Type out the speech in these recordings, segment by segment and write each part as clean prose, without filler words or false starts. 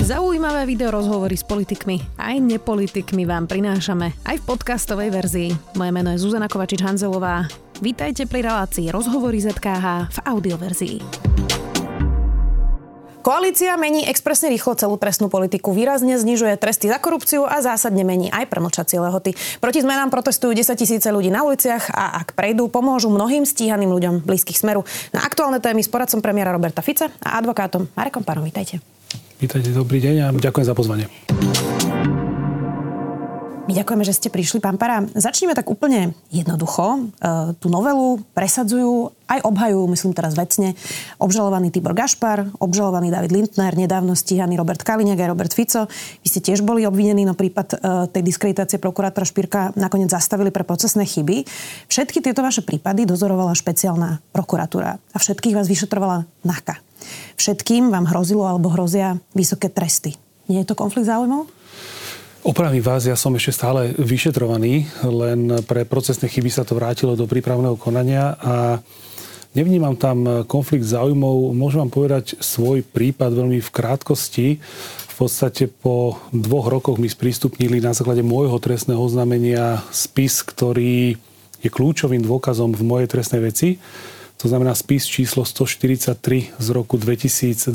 Zaujímavé videorozhovory s politikmi aj nepolitikmi vám prinášame aj v podcastovej verzii. Moje meno je Zuzana Kovačič-Hanzelová. Vítajte pri relácii Rozhovory ZKH v audioverzii. Koalícia mení expresne rýchlo celú trestnú politiku, výrazne znižuje tresty za korupciu a zásadne mení aj premlčacie lehoty. Proti zmenám protestujú 10 000 ľudí na uliciach a ak prejdú, pomôžu mnohým stíhaným ľuďom blízkych Smeru. Na aktuálne témy s poradcom premiéra Roberta Fica a advokátom Marekom Párom. Vítajte. Vítajte, dobrý deň a ďakujem za pozvanie. My ďakujeme, že ste prišli, pán Pára. Začneme tak úplne jednoducho. Tú novelu presadzujú aj obhajujú, myslím teraz vecne, obžalovaný Tibor Gašpar, obžalovaný David Lindner, nedávno stíhaný Robert Kaliňák aj Robert Fico. Vy ste tiež boli obvinení, no prípad tej diskreditácie prokurátora Špirka nakoniec zastavili pre procesné chyby. Všetky tieto vaše prípady dozorovala špeciálna prokuratúra a všetkých vás vyšetrovala NAKA. Všetkým vám hrozilo alebo hrozia vysoké tresty. Nie je to konflikt záujmov? Opravím vás, ja som ešte stále vyšetrovaný, len pre procesné chyby sa to vrátilo do prípravného konania a nevnímam tam konflikt záujmov. Môžem vám povedať svoj prípad veľmi v krátkosti. V podstate po 2 rokoch mi sprístupnili na základe môjho trestného oznámenia spis, ktorý je kľúčovým dôkazom v mojej trestnej veci. To znamená spis číslo 143 z roku 2021,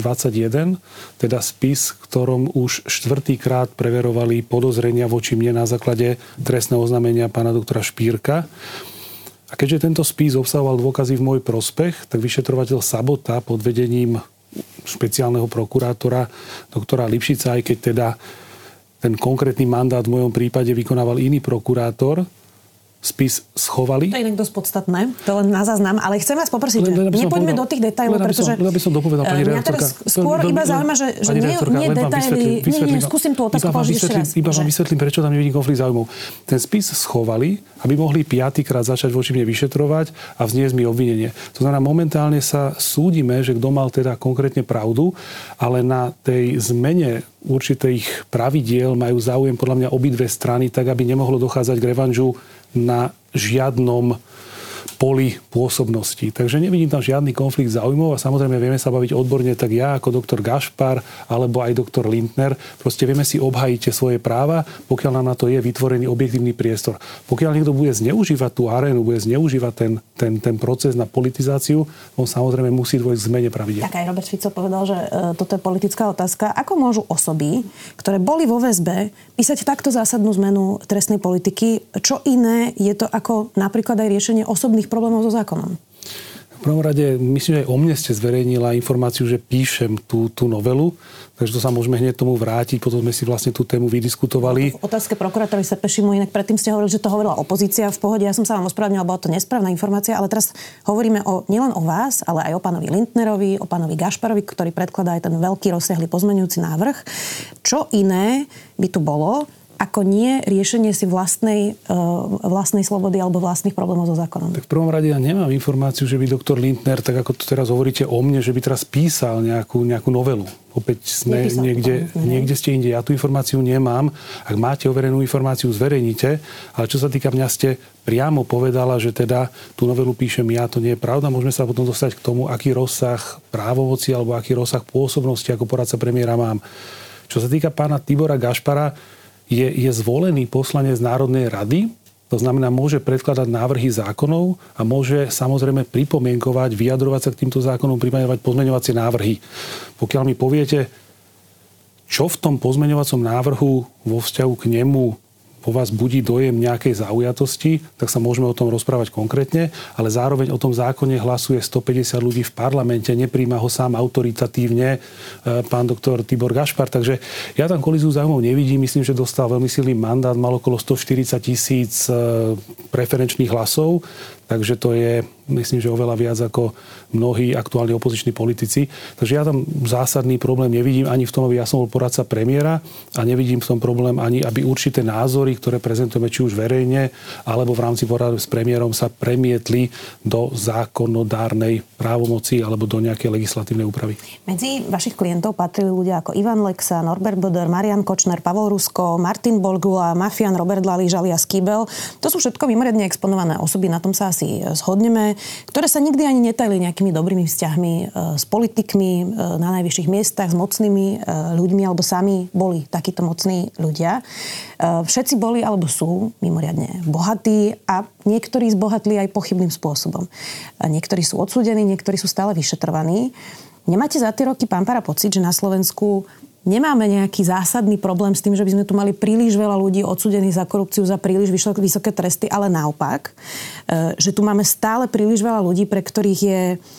teda spis, ktorom už 4. preverovali podozrenia voči mne na základe trestného oznámenia pána doktora Špírka. A keďže tento spis obsahoval dôkazy v môj prospech, tak vyšetrovateľ Sabota pod vedením špeciálneho prokurátora doktora Lipšica, aj keď teda ten konkrétny mandát v mojom prípade vykonával iný prokurátor, spis schovali. To je inak dosť podstatné, to len na záznam, ale chcem vás poprosiť, nepoďme do tých detailov, pretože by som dopovedal, pani redaktorka. Skôr iba zaujíma, že nie detaily, skúsim tú otázku položiť ešte raz. Iba vám vysvetlím, prečo tam nevidím konflikt záujmov. Ten spis schovali, aby mohli 5. krát začať voči mne vyšetrovať a vzniesť mi obvinenie. To znamená, momentálne sa súdime, že kto mal teda konkrétne pravdu, ale na tej zmene určitých pravidiel majú záujem podľa mňa obidve strany, tak aby nemohlo dochádzať k revanžu na žiadnom poli pôsobnosti. Takže nevidím tam žiadny konflikt záujmov a samozrejme vieme sa baviť odborne, tak ja ako doktor Gašpar alebo aj doktor Lindner, proste vieme si obhajiť tie svoje práva, pokiaľ nám na to je vytvorený objektívny priestor. Pokiaľ niekto bude zneužívať tú arénu, bude zneužívať ten proces na politizáciu, on samozrejme musí dôjsť k zmene pravidiel. Tak aj Robert Fico povedal, že toto je politická otázka. Ako môžu osoby, ktoré boli vo väzbe, písať takto zásadnú zmenu trestnej politiky? Čo iné je to ako napríklad aj riešenie osobných problémov so zákonom? V prvom rade, myslím, že aj o mne ste zverejnila informáciu, že píšem tú novelu, takže to sa môžeme hneď tomu vrátiť, potom sme si vlastne tú tému vydiskutovali. V otázke prokurátora Sepešimu, inak predtým ste hovorili, že to hovorila opozícia v pohode, ja som sa vám ospravedlnila, bola to nesprávna informácia, ale teraz hovoríme nielen o vás, ale aj o pánovi Lindnerovi, o pánovi Gašparovi, ktorý predkladá aj ten veľký rozsiahly pozmeňujúci návrh. Čo iné by tu bolo, ako nie riešenie si vlastnej slobody alebo vlastných problémov so zákonom? Tak v prvom rade ja nemám informáciu, že by doktor Lindner, tak ako to teraz hovoríte o mne, že by teraz písal nejakú novelu. Opäť sme niekde ste inde. Ja tú informáciu nemám. Ak máte overenú informáciu, zverejnite. Ale čo sa týka mňa, ste priamo povedala, že teda tú novelu píšem ja. To nie je pravda. Môžeme sa potom dostať k tomu, aký rozsah právomoci alebo aký rozsah pôsobnosti ako poradca premiéra mám. Čo sa týka pána Tibora Gašpara, je zvolený poslanec Národnej rady, to znamená, môže predkladať návrhy zákonov a môže samozrejme pripomienkovať, vyjadrovať sa k týmto zákonom, pripomeňovať pozmeňovacie návrhy. Pokiaľ mi poviete, čo v tom pozmeňovacom návrhu vo vzťahu k nemu po vás budí dojem nejakej zaujatosti, tak sa môžeme o tom rozprávať konkrétne, ale zároveň o tom zákone hlasuje 150 ľudí v parlamente, nepríjma ho sám autoritatívne pán doktor Tibor Gašpar, takže ja tam kolíziu záujmov nevidím, myslím, že dostal veľmi silný mandát, mal okolo 140 000 preferenčných hlasov, takže to je, myslím, že oveľa viac ako mnohí aktuálni opoziční politici. Takže ja tam zásadný problém nevidím ani v tom, aby ja som bol poradca premiéra a nevidím v tom problém ani, aby určité názory, ktoré prezentujeme či už verejne, alebo v rámci porady s premiérom sa premietli do zákonodárnej právomoci alebo do nejakej legislatívnej úpravy. Medzi vašich klientov patrili ľudia ako Ivan Lexa, Norbert Böder, Marian Kočner, Pavol Rusko, Martin Bolgula, mafián Robert Lališ alias Kýbel. To sú všetko mimoriadne exponované osoby, na tom sa asi zhodneme. známe, ktoré sa nikdy ani netajili nejakými dobrými vzťahmi s politikmi na najvyšších miestach, s mocnými ľuďmi, alebo sami boli takíto mocní ľudia. Všetci boli alebo sú mimoriadne bohatí a niektorí zbohatli aj pochybným spôsobom. Niektorí sú odsúdení, niektorí sú stále vyšetrovaní. Nemáte za tie roky, pán Para, pocit, že na Slovensku nemáme nejaký zásadný problém s tým, že by sme tu mali príliš veľa ľudí odsúdených za korupciu, za príliš vysoké tresty, ale naopak, že tu máme stále príliš veľa ľudí, pre ktorých je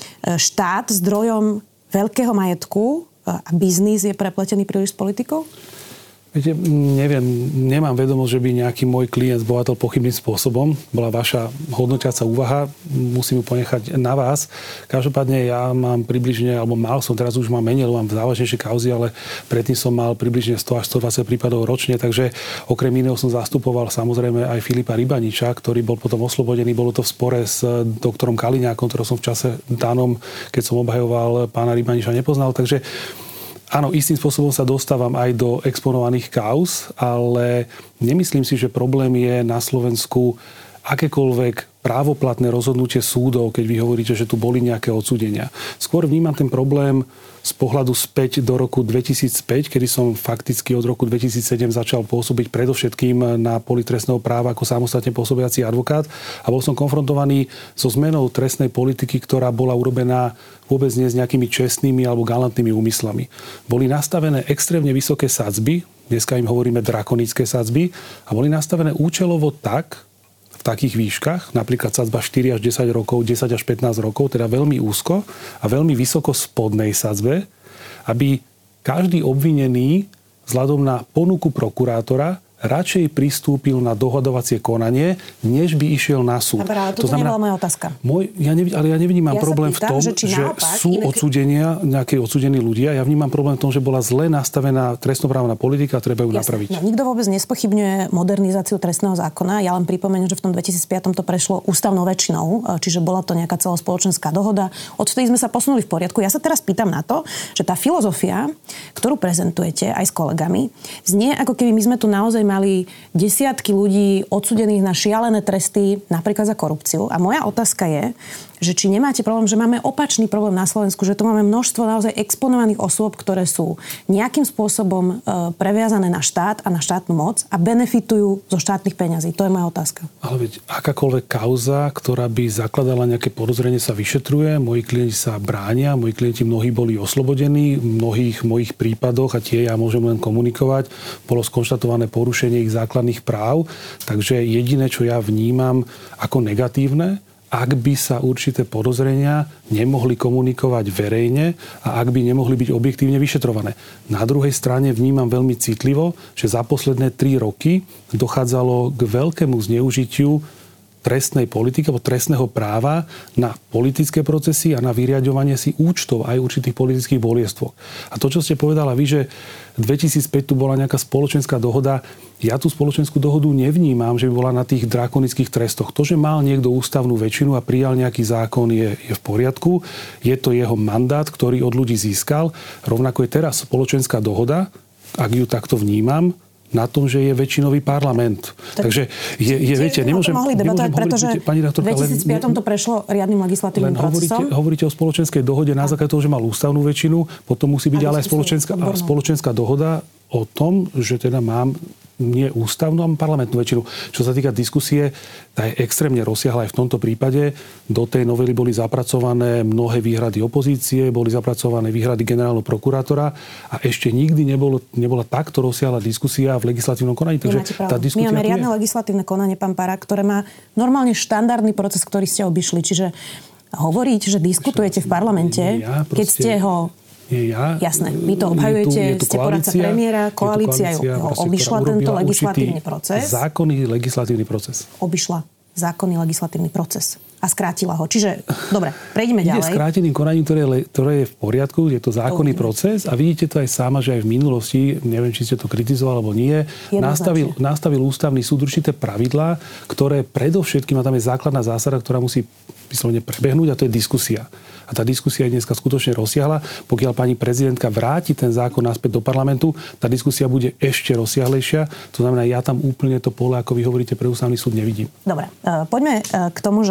štát zdrojom veľkého majetku a biznis je prepletený príliš s politikou? Viete, neviem, nemám vedomosť, že by nejaký môj klient zbohatol pochybným spôsobom. Bola vaša hodnotiaca úvaha, musím ju ponechať na vás. Každopádne ja mám približne, alebo mal som, teraz už mám menej, mám závažnejšie kauzy, ale predtým som mal približne 100 až 120 prípadov ročne, takže okrem iného som zastupoval samozrejme aj Filipa Rybaniča, ktorý bol potom oslobodený. Bolo to v spore s doktorom Kaliňákom, ktorého som v čase danom, keď som obhajoval pána Rybaniča, nepoznal. Takže áno, istým spôsobom sa dostávam aj do exponovaných kauz, ale nemyslím si, že problém je na Slovensku akékoľvek právoplatné rozhodnutie súdov, keď vy hovoríte, že tu boli nejaké odsúdenia. Skôr vnímam ten problém z pohľadu späť do roku 2005, kedy som fakticky od roku 2007 začal pôsobiť predovšetkým na poli trestného práva ako samostatne pôsobiaci advokát a bol som konfrontovaný so zmenou trestnej politiky, ktorá bola urobená vôbec nie s nejakými čestnými alebo galantnými úmyslami. Boli nastavené extrémne vysoké sadzby, dneska im hovoríme drakonické sadzby, a boli nastavené účelovo tak, v takých výškach, napríklad sadzba 4 až 10 rokov, 10 až 15 rokov, teda veľmi úzko a veľmi vysoko spodnej sadzbe, aby každý obvinený vzhľadom na ponuku prokurátora radšej pristúpil na dohodovacie konanie, než by išiel na súd. Dobre, ale toto nebola moja otázka. Ale ja nevnímam problém v tom, že sú odsúdenia, nejaké odsúdení ľudia. Ja vnímam problém v tom, že bola zle nastavená trestnoprávna politika a treba ju napraviť. No, nikto vôbec nespochybňuje modernizáciu trestného zákona. Ja len pripomeniem, že v tom 2005 to prešlo ústavnou väčšinou, čiže bola to nejaká celospoločenská dohoda. Odtedy sme sa posunuli v poriadku. Ja sa teraz pýtam na to, že tá filozofia, ktorú prezentujete aj s kolegami, znie ako keby my sme tu naozaj mali desiatky ľudí odsúdených na šialené tresty, napríklad za korupciu. A moja otázka je, že či nemáte problém, že máme opačný problém na Slovensku, že tu máme množstvo naozaj exponovaných osôb, ktoré sú nejakým spôsobom previazané na štát a na štátnu moc a benefitujú zo štátnych peňazí. To je moja otázka. Ale veď akákoľvek kauza, ktorá by zakladala nejaké podozrenie, sa vyšetruje. Moji klienti sa bránia, moji klienti mnohí boli oslobodení, v mnohých mojich prípadoch, a tie ja môžem len komunikovať, bolo skonštatované porušenie ich základných práv. Takže jediné, čo ja vnímam ako negatívne, ak by sa určité podozrenia nemohli komunikovať verejne a ak by nemohli byť objektívne vyšetrované. Na druhej strane vnímam veľmi citlivo, že za posledné 3 roky dochádzalo k veľkému zneužitiu trestnej politiky alebo trestného práva na politické procesy a na vyriaďovanie si účtov aj určitých politických boliestvoch. A to, čo ste povedala vy, že 2005 tu bola nejaká spoločenská dohoda, ja tú spoločenskú dohodu nevnímam, že by bola na tých drakonických trestoch. To, že mal niekto ústavnú väčšinu a prijal nejaký zákon, je v poriadku. Je to jeho mandát, ktorý od ľudí získal. Rovnako je teraz spoločenská dohoda, ak ju takto vnímam, na tom, že je väčšinový parlament. Takže viete, nemôžem debatovať, pretože v 2005 to prešlo riadnym legislatívnym procesom. Hovoríte o spoločenskej dohode na základe toho, že mal ústavnú väčšinu, potom musí byť ale aj spoločenská dohoda o tom, že teda mám nie ústavnú, a parlamentnú väčšinu. Čo sa týka diskusie, tá je extrémne rozsiahla aj v tomto prípade. Do tej novely boli zapracované mnohé výhrady opozície, boli zapracované výhrady generálneho prokurátora a ešte nikdy nebola takto rozsiahla diskusia v legislatívnom konaní. Takže tá diskusia my máme riadne legislatívne konanie, pán Para, ktoré má normálne štandardný proces, ktorý ste obišli. Čiže hovoriť, že diskutujete v parlamente, keď ste ho... Jasné, vy to obhajujete, ste poradca premiéra, koalícia ho obišla tento legislatívny proces. Zákonný legislatívny proces. Obišla zákonný legislatívny proces a skrátila ho. Čiže, dobre, prejdeme ďalej. Ide skráteným konaním, ktoré je v poriadku, je to zákonný proces a vidíte to aj sama, že aj v minulosti, neviem, či ste to kritizovali alebo nie, nastavil ústavný súd určité pravidlá, ktoré predovšetkým, a tam je základná zásada, ktorá musí vyslovene prebehnúť, a to je diskusia. A tá diskusia je dneska skutočne rozsiahla. Pokiaľ pani prezidentka vráti ten zákon naspäť do parlamentu, tá diskusia bude ešte rozsiahlejšia. To znamená, ja tam úplne to pole, ako vy hovoríte, pre ústavný súd nevidím. Dobre, poďme k tomu, že komu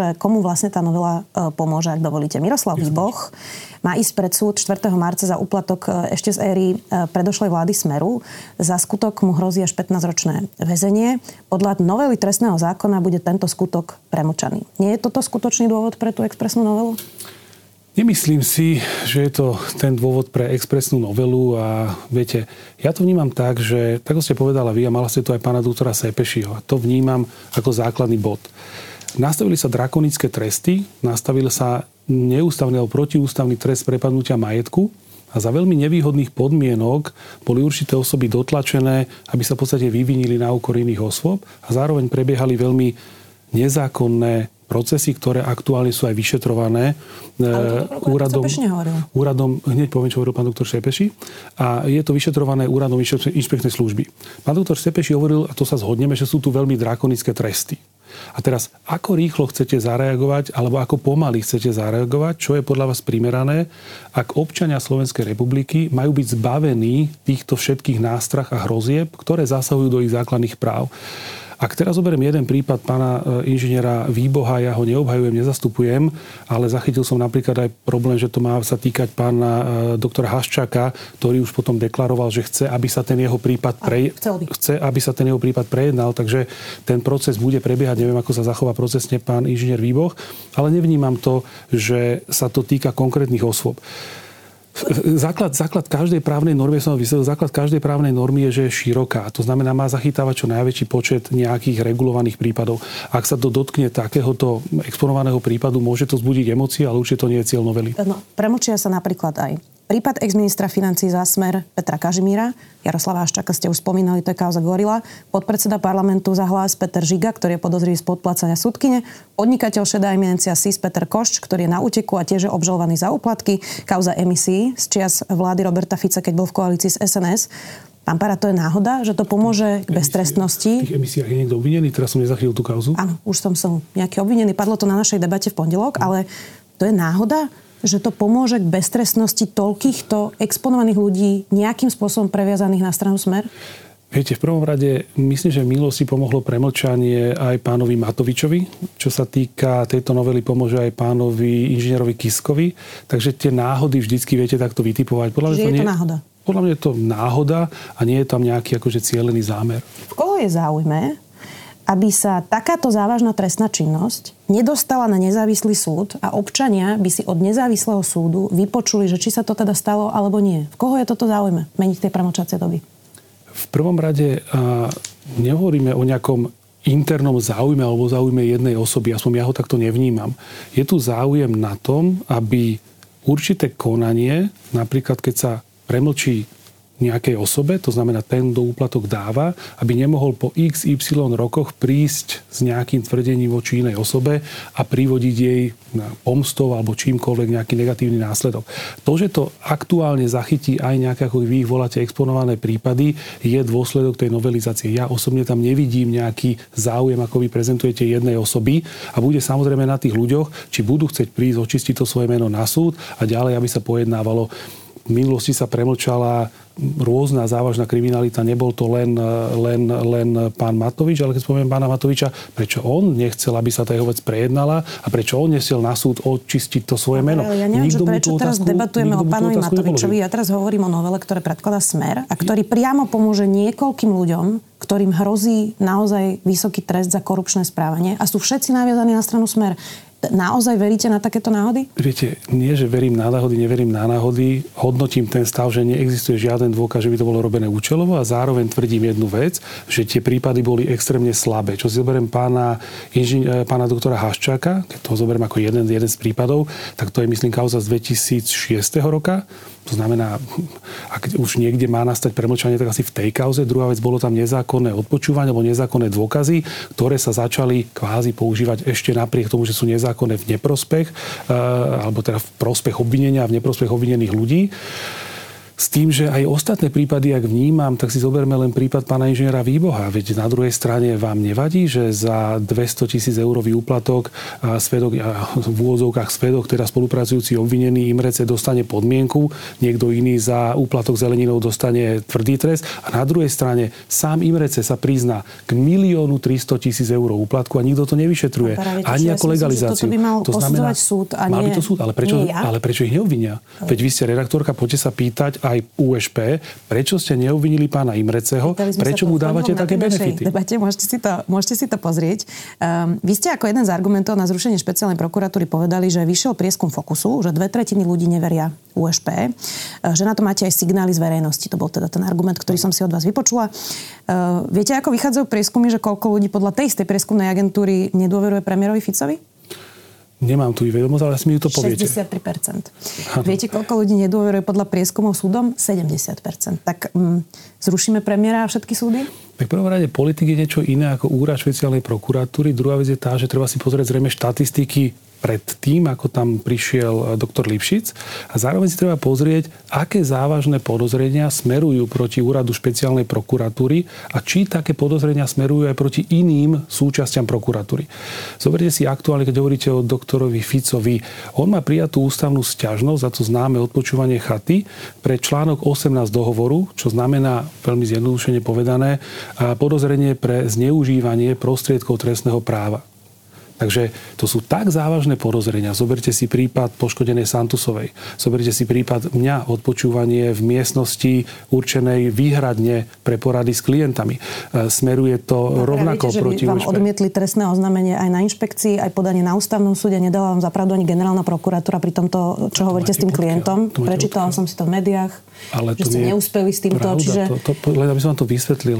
vlastne tá novela pomôže, ak dovolíte. Miroslav Výboh má ísť pred súd 4. marca za úplatok ešte z éry predošlej vlády Smeru. Za skutok mu hrozí až 15-ročné väzenie. Podľa novely trestného zákona bude tento skutok premlčaný. Nie je toto skutočný dôvod pre tú expresnú novelu? Nemyslím si, že je to ten dôvod pre expresnú novelu a viete, ja to vnímam tak, že, tak ste povedala vy a mala ste to aj pána doktora Sepešiho, a to vnímam ako základný bod. Nastavili sa drakonické tresty, nastavil sa neústavný alebo protiústavný trest prepadnutia majetku a za veľmi nevýhodných podmienok boli určité osoby dotlačené, aby sa v podstate vyvinili na úkor iných osôb a zároveň prebiehali veľmi nezákonné procesy, ktoré aktuálne sú aj vyšetrované úradom, hneď poviem, čo hovoril pán doktor Sepeši, a je to vyšetrované úradom inšpekčnej služby. Pán doktor Sepeši hovoril, a to sa zhodneme, že sú tu veľmi drakonické tresty. A teraz, ako rýchlo chcete zareagovať, alebo ako pomaly chcete zareagovať, čo je podľa vás primerané, ak občania Slovenskej republiky majú byť zbavení týchto všetkých nástrah a hrozieb, ktoré zasahujú do ich základných práv. Ak teraz zoberiem jeden prípad pána inžiniera Výboha, ja ho neobhajujem, nezastupujem, ale zachytil som napríklad aj problém, že to má sa týkať pána doktora Haščáka, ktorý už potom deklaroval, že chce, aby sa ten jeho prípad prejednal, takže ten proces bude prebiehať, neviem, ako sa zachová procesne pán inžinier Výboh, ale nevnímam to, že sa to týka konkrétnych osôb. Základ každej právnej normy, základ každej právnej normy je, že je široká. To znamená, má zachytávať čo najväčší počet nejakých regulovaných prípadov. Ak sa to dotkne takéhoto exponovaného prípadu, môže to vzbudiť emócie, ale určite to nie je cieľ novely. No, premlčia sa napríklad aj prípad exministra financií za Smer Petra Kažimíra, Jaroslava Haščáka ste už spomínali, to je kauza Gorila, podpredseda parlamentu za Hlas Peter Žiga, ktorý je podozrivý z podplácania sudkyne, podnikateľ šedá eminencia SIS Peter Košč, ktorý je na úteku a tiež je obžalovaný za úplatky, kauza emisí z čias vlády Roberta Fica, keď bol v koalícii s SNS. Pán Para, to je náhoda, že to pomôže k beztrestnosti? V tých emisiách je niekto obvinený? Teraz som nezachytil tú kauzu. Áno, už som nejaký obvinený. Padlo to na našej debate v pondelok, ale to je náhoda, že to pomôže k beztrestnosti toľkýchto exponovaných ľudí nejakým spôsobom previazaných na stranu Smer? Viete, v prvom rade myslím, že v minulosti pomohlo premlčanie aj pánovi Matovičovi. Čo sa týka tejto novely, pomôže aj pánovi inžinierovi Kiskovi. Takže tie náhody vždycky viete takto vytipovať. Čiže je to náhoda? Podľa mňa je to náhoda a nie je tam nejaký akože cielený zámer. V koho je záujme, aby sa takáto závažná trestná činnosť nedostala na nezávislý súd a občania by si od nezávislého súdu vypočuli, že či sa to teda stalo alebo nie. V koho je toto záujme meniť tie premlčacie doby? V prvom rade nehovoríme o nejakom internom záujme alebo záujme jednej osoby, aspoň ja ho takto nevnímam. Je tu záujem na tom, aby určité konanie, napríklad keď sa premlčí nejakej osobe, to znamená ten, kto úplatok dáva, aby nemohol po XY rokoch prísť s nejakým tvrdením voči inej osobe a privodiť jej pomstou alebo čímkoľvek nejaký negatívny následok. To, že to aktuálne zachytí aj nejaké, ako vy ich voláte, exponované prípady, je dôsledok tej novelizácie. Ja osobne tam nevidím nejaký záujem, ako vy prezentujete jednej osoby a bude samozrejme na tých ľuďoch, či budú chcieť prísť, očistiť to svoje meno na súd a ďalej, aby sa pojednávalo. V minulosti sa premlčala rôzna závažná kriminalita, nebol to len pán Matovič, ale keď spomínam pána Matoviča, prečo on nechcel, aby sa tá jeho vec prejednala a prečo on nesiel na súd očistiť to svoje meno. Ja neviem, prečo teraz debatujeme o pánovi Matovičovi. Ja teraz hovorím o novele, ktoré predkladá Smer a ktorý priamo pomôže niekoľkým ľuďom, ktorým hrozí naozaj vysoký trest za korupčné správanie a sú všetci naviazaní na stranu Smer. Naozaj veríte na takéto náhody? Viete, nie, že verím na náhody, neverím na náhody. Hodnotím ten stav, že neexistuje žiaden dôkaz, že by to bolo robené účelovo a zároveň tvrdím jednu vec, že tie prípady boli extrémne slabé. Čo si zoberiem pána doktora Haščáka, keď to zoberiem ako jeden z prípadov, tak to je, myslím, kauza z 2006 roka. To znamená, ak už niekde má nastať premlčanie, tak asi v tej kauze. Druhá vec, bolo tam nezákonné odpočúvanie alebo nezákonné dôkazy, ktoré sa začali kvázi používať ešte napriek tomu, že sú nezákonné v neprospech, alebo teda v prospech obvinenia a v neprospech obvinených ľudí. S tým, že aj ostatné prípady, ak vnímam, tak si zoberme len prípad pána inžiniera Výboha. Veď na druhej strane vám nevadí, že za 200 000 eurový úplatok svedok, v úvodzovkách svedok, teda spolupracujúci obvinený Imrece dostane podmienku, niekto iný za úplatok zeleninou dostane tvrdý trest a na druhej strane sám Imrece sa prizná k 1 300 000 eur úplatku a nikto to nevyšetruje. Ani ako legalizáciu. Toto by mal posudzovať súd a nie... Mal by to súd, ale prečo ich neobvinia? Veď vy ste redaktorka, poďte sa pýtať aj USP, prečo ste neobvinili pána Imreceho, prečo mu dávate také benefity? Debate, môžete si to pozrieť. Vy ste ako jeden z argumentov na zrušenie špeciálnej prokuratúry povedali, že vyšiel prieskum Fokusu, že 2/3 ľudí neveria USP, že na to máte aj signály z verejnosti. To bol teda ten argument, ktorý som si od vás vypočula. Viete, ako vychádzajú prieskumy, že koľko ľudí podľa tej istej prieskumnej agentúry nedôveruje premiérovi Ficovi? Nemám tu vedomosť, ale asi mi to poviete. 63%. Viete, koľko ľudí nedôveruje podľa prieskumov súdom? 70%. Tak zrušíme premiéra a všetky súdy? Tak prvom rade politik je niečo iné ako úrad špeciálnej prokuratúry. Druhá vec je tá, že treba si pozrieť zrejme štatistiky pred tým, ako tam prišiel doktor Lipšic. A zároveň si treba pozrieť, aké závažné podozrenia smerujú proti úradu špeciálnej prokuratúry a či také podozrenia smerujú aj proti iným súčasťam prokuratúry. Zoberte si aktuálne, keď hovoríte o doktorovi Ficovi. On má prijatú ústavnú sťažnosť, za to známe odpočúvanie chaty, pre článok 18 dohovoru, čo znamená, veľmi zjednodušene povedané, podozrenie pre zneužívanie prostriedkov trestného práva. Takže to sú tak závažné podozrenia. Zoberte si prípad poškodenej Santusovej. Zoberte si prípad mňa, odpočúvanie v miestnosti určenej výhradne pre porady s klientami. Smeruje to rovnako proti USP. Vám odmietli trestné oznámenie aj na inšpekcii, aj podanie na ústavnom súde. Nedáva vám zapravdu ani generálna prokuratúra pri tomto, čo hovoríte s tým klientom. Prečítala som si to v médiách, ale že ste neúspeli s týmto. Len aby som vám to vysvetlil.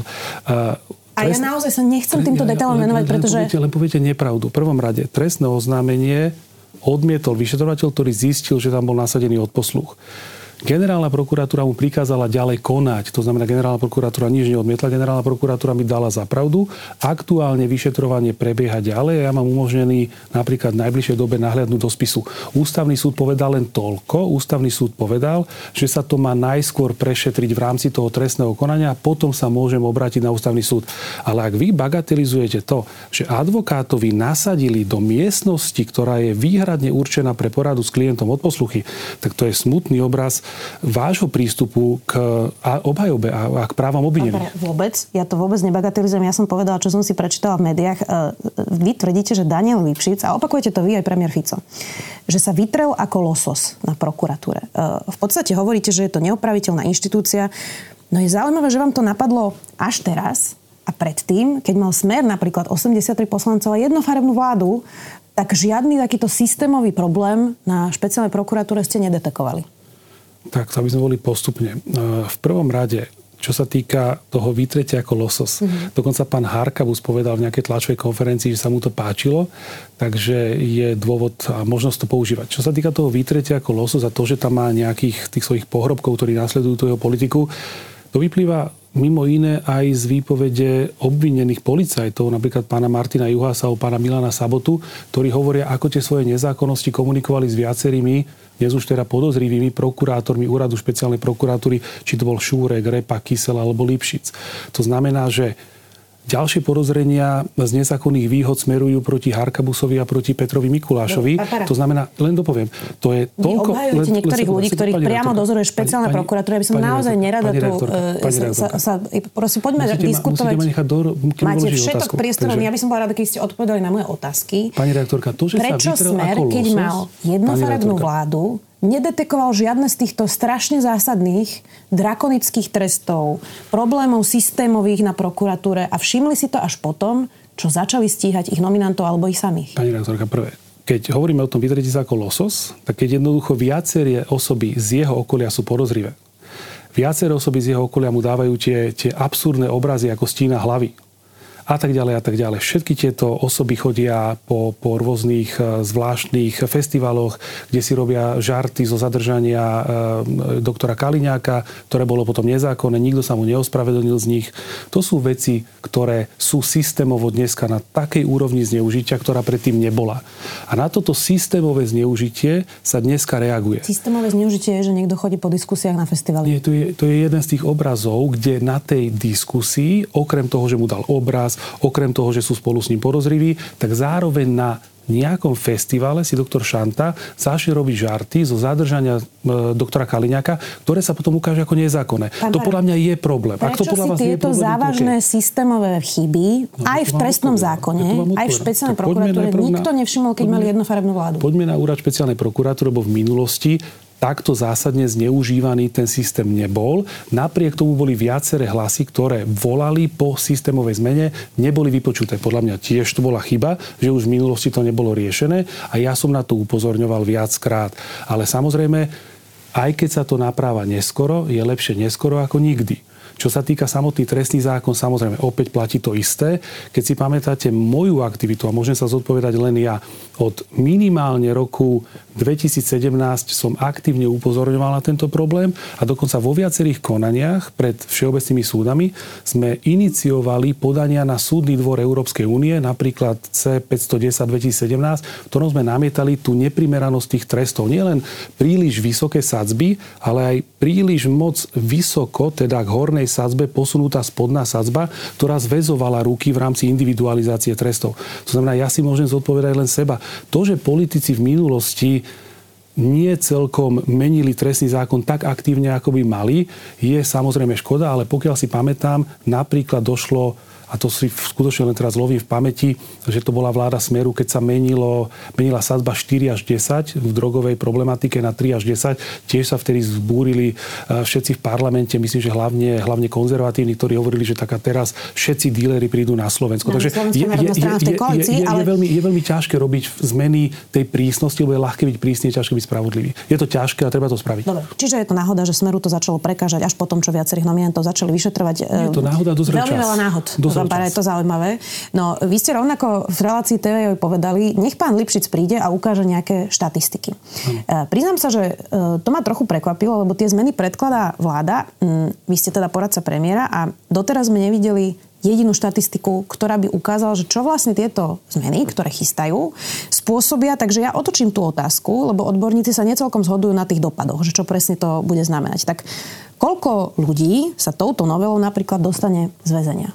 A ja naozaj sa nechcem týmto detailom venovať, pretože... Len poviete nepravdu. V prvom rade trestné oznámenie odmietol vyšetrovateľ, ktorý zistil, že tam bol nasadený odposluch. Generálna prokuratúra mu prikázala ďalej konať. To znamená, generálna prokuratúra nič neodmietla. Generálna prokuratúra mi dala za pravdu. Aktuálne vyšetrovanie prebieha ďalej. Ja mám umožnený napríklad v najbližšej dobe nahliadnúť do spisu. Ústavný súd povedal len toľko. Ústavný súd povedal, že sa to má najskôr prešetriť v rámci toho trestného konania a potom sa môžem obrátiť na ústavný súd. Ale ak vy bagatelizujete to, že advokátovi nasadili do miestnosti, ktorá je výhradne určená pre poradu s klientom odposluchy, tak to je smutný obraz vášho prístupu k obhajobe a k právam obvinených. Vôbec. Ja to vôbec nebagatelizujem. Ja som povedala, čo som si prečítala v médiách. Vy tvrdíte, že Daniel Lipšic, a opakujete to vy aj premiér Fico, že sa vytrel ako losos na prokuratúre. V podstate hovoríte, že je to neopraviteľná inštitúcia. No je zaujímavé, že vám to napadlo až teraz a predtým, keď mal Smer napríklad 83 poslancov a jednofarebnú vládu, tak žiadny takýto systémový problém na špeciálnej prokuratúre ste nedetekovali. Tak, to aby sme boli postupne. V prvom rade, čo sa týka toho vytretia ako losos. Dokonca pán Harkabus povedal v nejakej tlačovej konferencii, že sa mu to páčilo, takže je dôvod a možnosť to používať. Čo sa týka toho vytretia ako losos a to, že tam má nejakých tých svojich pohrobkov, ktorí nasledujú tú jeho politiku, to vyplýva mimo iné aj z výpovede obvinených policajtov, napríklad pána Martina Juhasa a pána Milana Sabotu, ktorí hovoria, ako tie svoje nezákonnosti komunikovali s viacerými, dnes už teda podozrivými prokurátormi úradu špeciálnej prokuratúry, či to bol Šúrek, Repa, Kysel alebo Lipšic. To znamená, že ďalšie podozrenia z nezákonných výhod smerujú proti Harkabusovi a proti Petrovi Mikulášovi. To znamená, len dopoviem, to je toľko... Vy obhajujete niektorých ľudí, ktorých priamo dozoruje špeciálna prokuratúra. Ja by som naozaj nerada tu... Prosím, poďme diskutovať. Máte všetok priestor, ja by som bola rada, keď ste odpovedali na moje otázky. Pani redaktorka, to, že prečo Smer, keď mal jednofarebnú vládu, nedetekoval žiadne z týchto strašne zásadných drakonických trestov, problémov systémových na prokuratúre a všimli si to až potom, čo začali stíhať ich nominantov alebo ich samých? Pani redaktorka, prvé. Keď hovoríme o tom vytretí sa ako losos, tak keď jednoducho viaceré osoby z jeho okolia sú podozrivé. Viaceré osoby z jeho okolia mu dávajú tie absurdné obrazy ako stína hlavy. a tak ďalej a tak ďalej. Všetky tieto osoby chodia po rôznych zvláštnych festivaloch, kde si robia žarty zo zadržania doktora Kaliňáka, ktoré bolo potom nezákonné, nikto sa mu neospravedlnil z nich. To sú veci, ktoré sú systémovo dneska na takej úrovni zneužitia, ktorá predtým nebola. A na toto systémové zneužitie sa dneska reaguje. Systémové zneužitie je, že niekto chodí po diskusiách na festivali. Nie, to je jeden z tých obrazov, kde na tej diskusii, okrem toho, že mu dal obraz, okrem toho, že sú spolu s ním podozriví, tak zároveň na nejakom festivale si doktor Šanta zašiel robiť žarty zo zadržania doktora Kaliňáka, ktoré sa potom ukáže ako nezákonné. To podľa mňa je problém. Prečo si tieto závažné systémové chyby aj v trestnom zákone, aj v špeciálnej prokuratúre nikto nevšimol, keď mali jednofarebnú vládu? Poďme na úrad špeciálnej prokuratúry, lebo v minulosti takto zásadne zneužívaný ten systém nebol. Napriek tomu boli viaceré hlasy, ktoré volali po systémovej zmene, neboli vypočuté. Podľa mňa tiež to bola chyba, že už v minulosti to nebolo riešené a ja som na to upozorňoval viackrát. Ale samozrejme, aj keď sa to napráva neskoro, je lepšie neskoro ako nikdy. Čo sa týka samotný trestný zákon, samozrejme, opäť platí to isté. Keď si pamätáte moju aktivitu, a môžem sa zodpovedať len ja, od minimálne roku 2017 som aktívne upozorňoval na tento problém a dokonca vo viacerých konaniach pred všeobecnými súdami sme iniciovali podania na Súdny dvor Európskej únie, napríklad C510 2017, v ktorom sme namietali tú neprimeranosť tých trestov. Nielen príliš vysoké sadzby, ale aj príliš moc vysoko, teda k hornej sadzbe posunutá spodná sadzba, ktorá zväzovala ruky v rámci individualizácie trestov. To znamená, ja si môžem zodpovedať len seba. To, že politici v minulosti nie celkom menili trestný zákon tak aktívne, ako by mali, je samozrejme škoda, ale pokiaľ si pamätám, napríklad došlo, a to si skutočne len teraz lovím v pamäti, že to bola vláda Smeru, keď sa menila sadzba 4 až 10 v drogovej problematike na 3 až 10. Tiež sa vtedy zbúrili všetci v parlamente, myslím, že hlavne konzervatívni, ktorí hovorili, že taká teraz všetci díleri prídu na Slovensko. Takže je veľmi ťažké robiť zmeny tej prísnosti, lebo je ľahké byť prísny, ťažké byť spravodlivý. Je to ťažké a treba to spraviť. Dobre, čiže je to náhoda, že Smeru to začalo prekážať až potom, čo viacerých nominantov začali vyšetrovať. Je to náhoda, dozrel čas. Veľmi veľa náhod. Je to zaujímavé. No, vy ste rovnako v relácii TV povedali, nech pán Lipšic príde a ukáže nejaké štatistiky. Priznám sa, že to ma trochu prekvapilo, lebo tie zmeny predkladá vláda. Vy ste teda poradca premiéra a doteraz sme nevideli jedinú štatistiku, ktorá by ukázala, že čo vlastne tieto zmeny, ktoré chystajú, spôsobia. Takže ja otočím tú otázku, lebo odborníci sa necelkom zhodujú na tých dopadoch, že čo presne to bude znamenať. Tak koľko ľudí sa touto novelou napríklad dostane z väzenia?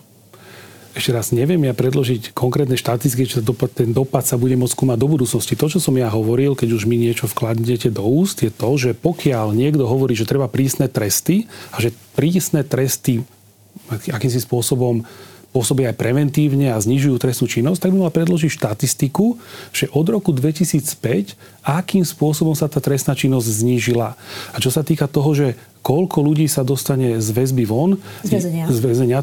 Ešte raz, neviem ja predložiť konkrétne štatistiky, či ten dopad sa bude môcť skúmať do budúcnosti. To, čo som ja hovoril, keď už mi niečo vkladnete do úst, je to, že pokiaľ niekto hovorí, že treba prísne tresty a že prísne tresty akýmsi spôsobom pôsobia aj preventívne a znižujú trestnú činnosť, tak by mal predložiť štatistiku, že od roku 2005 akým spôsobom sa tá trestná činnosť znížila. A čo sa týka toho, že koľko ľudí sa dostane z väzby von, z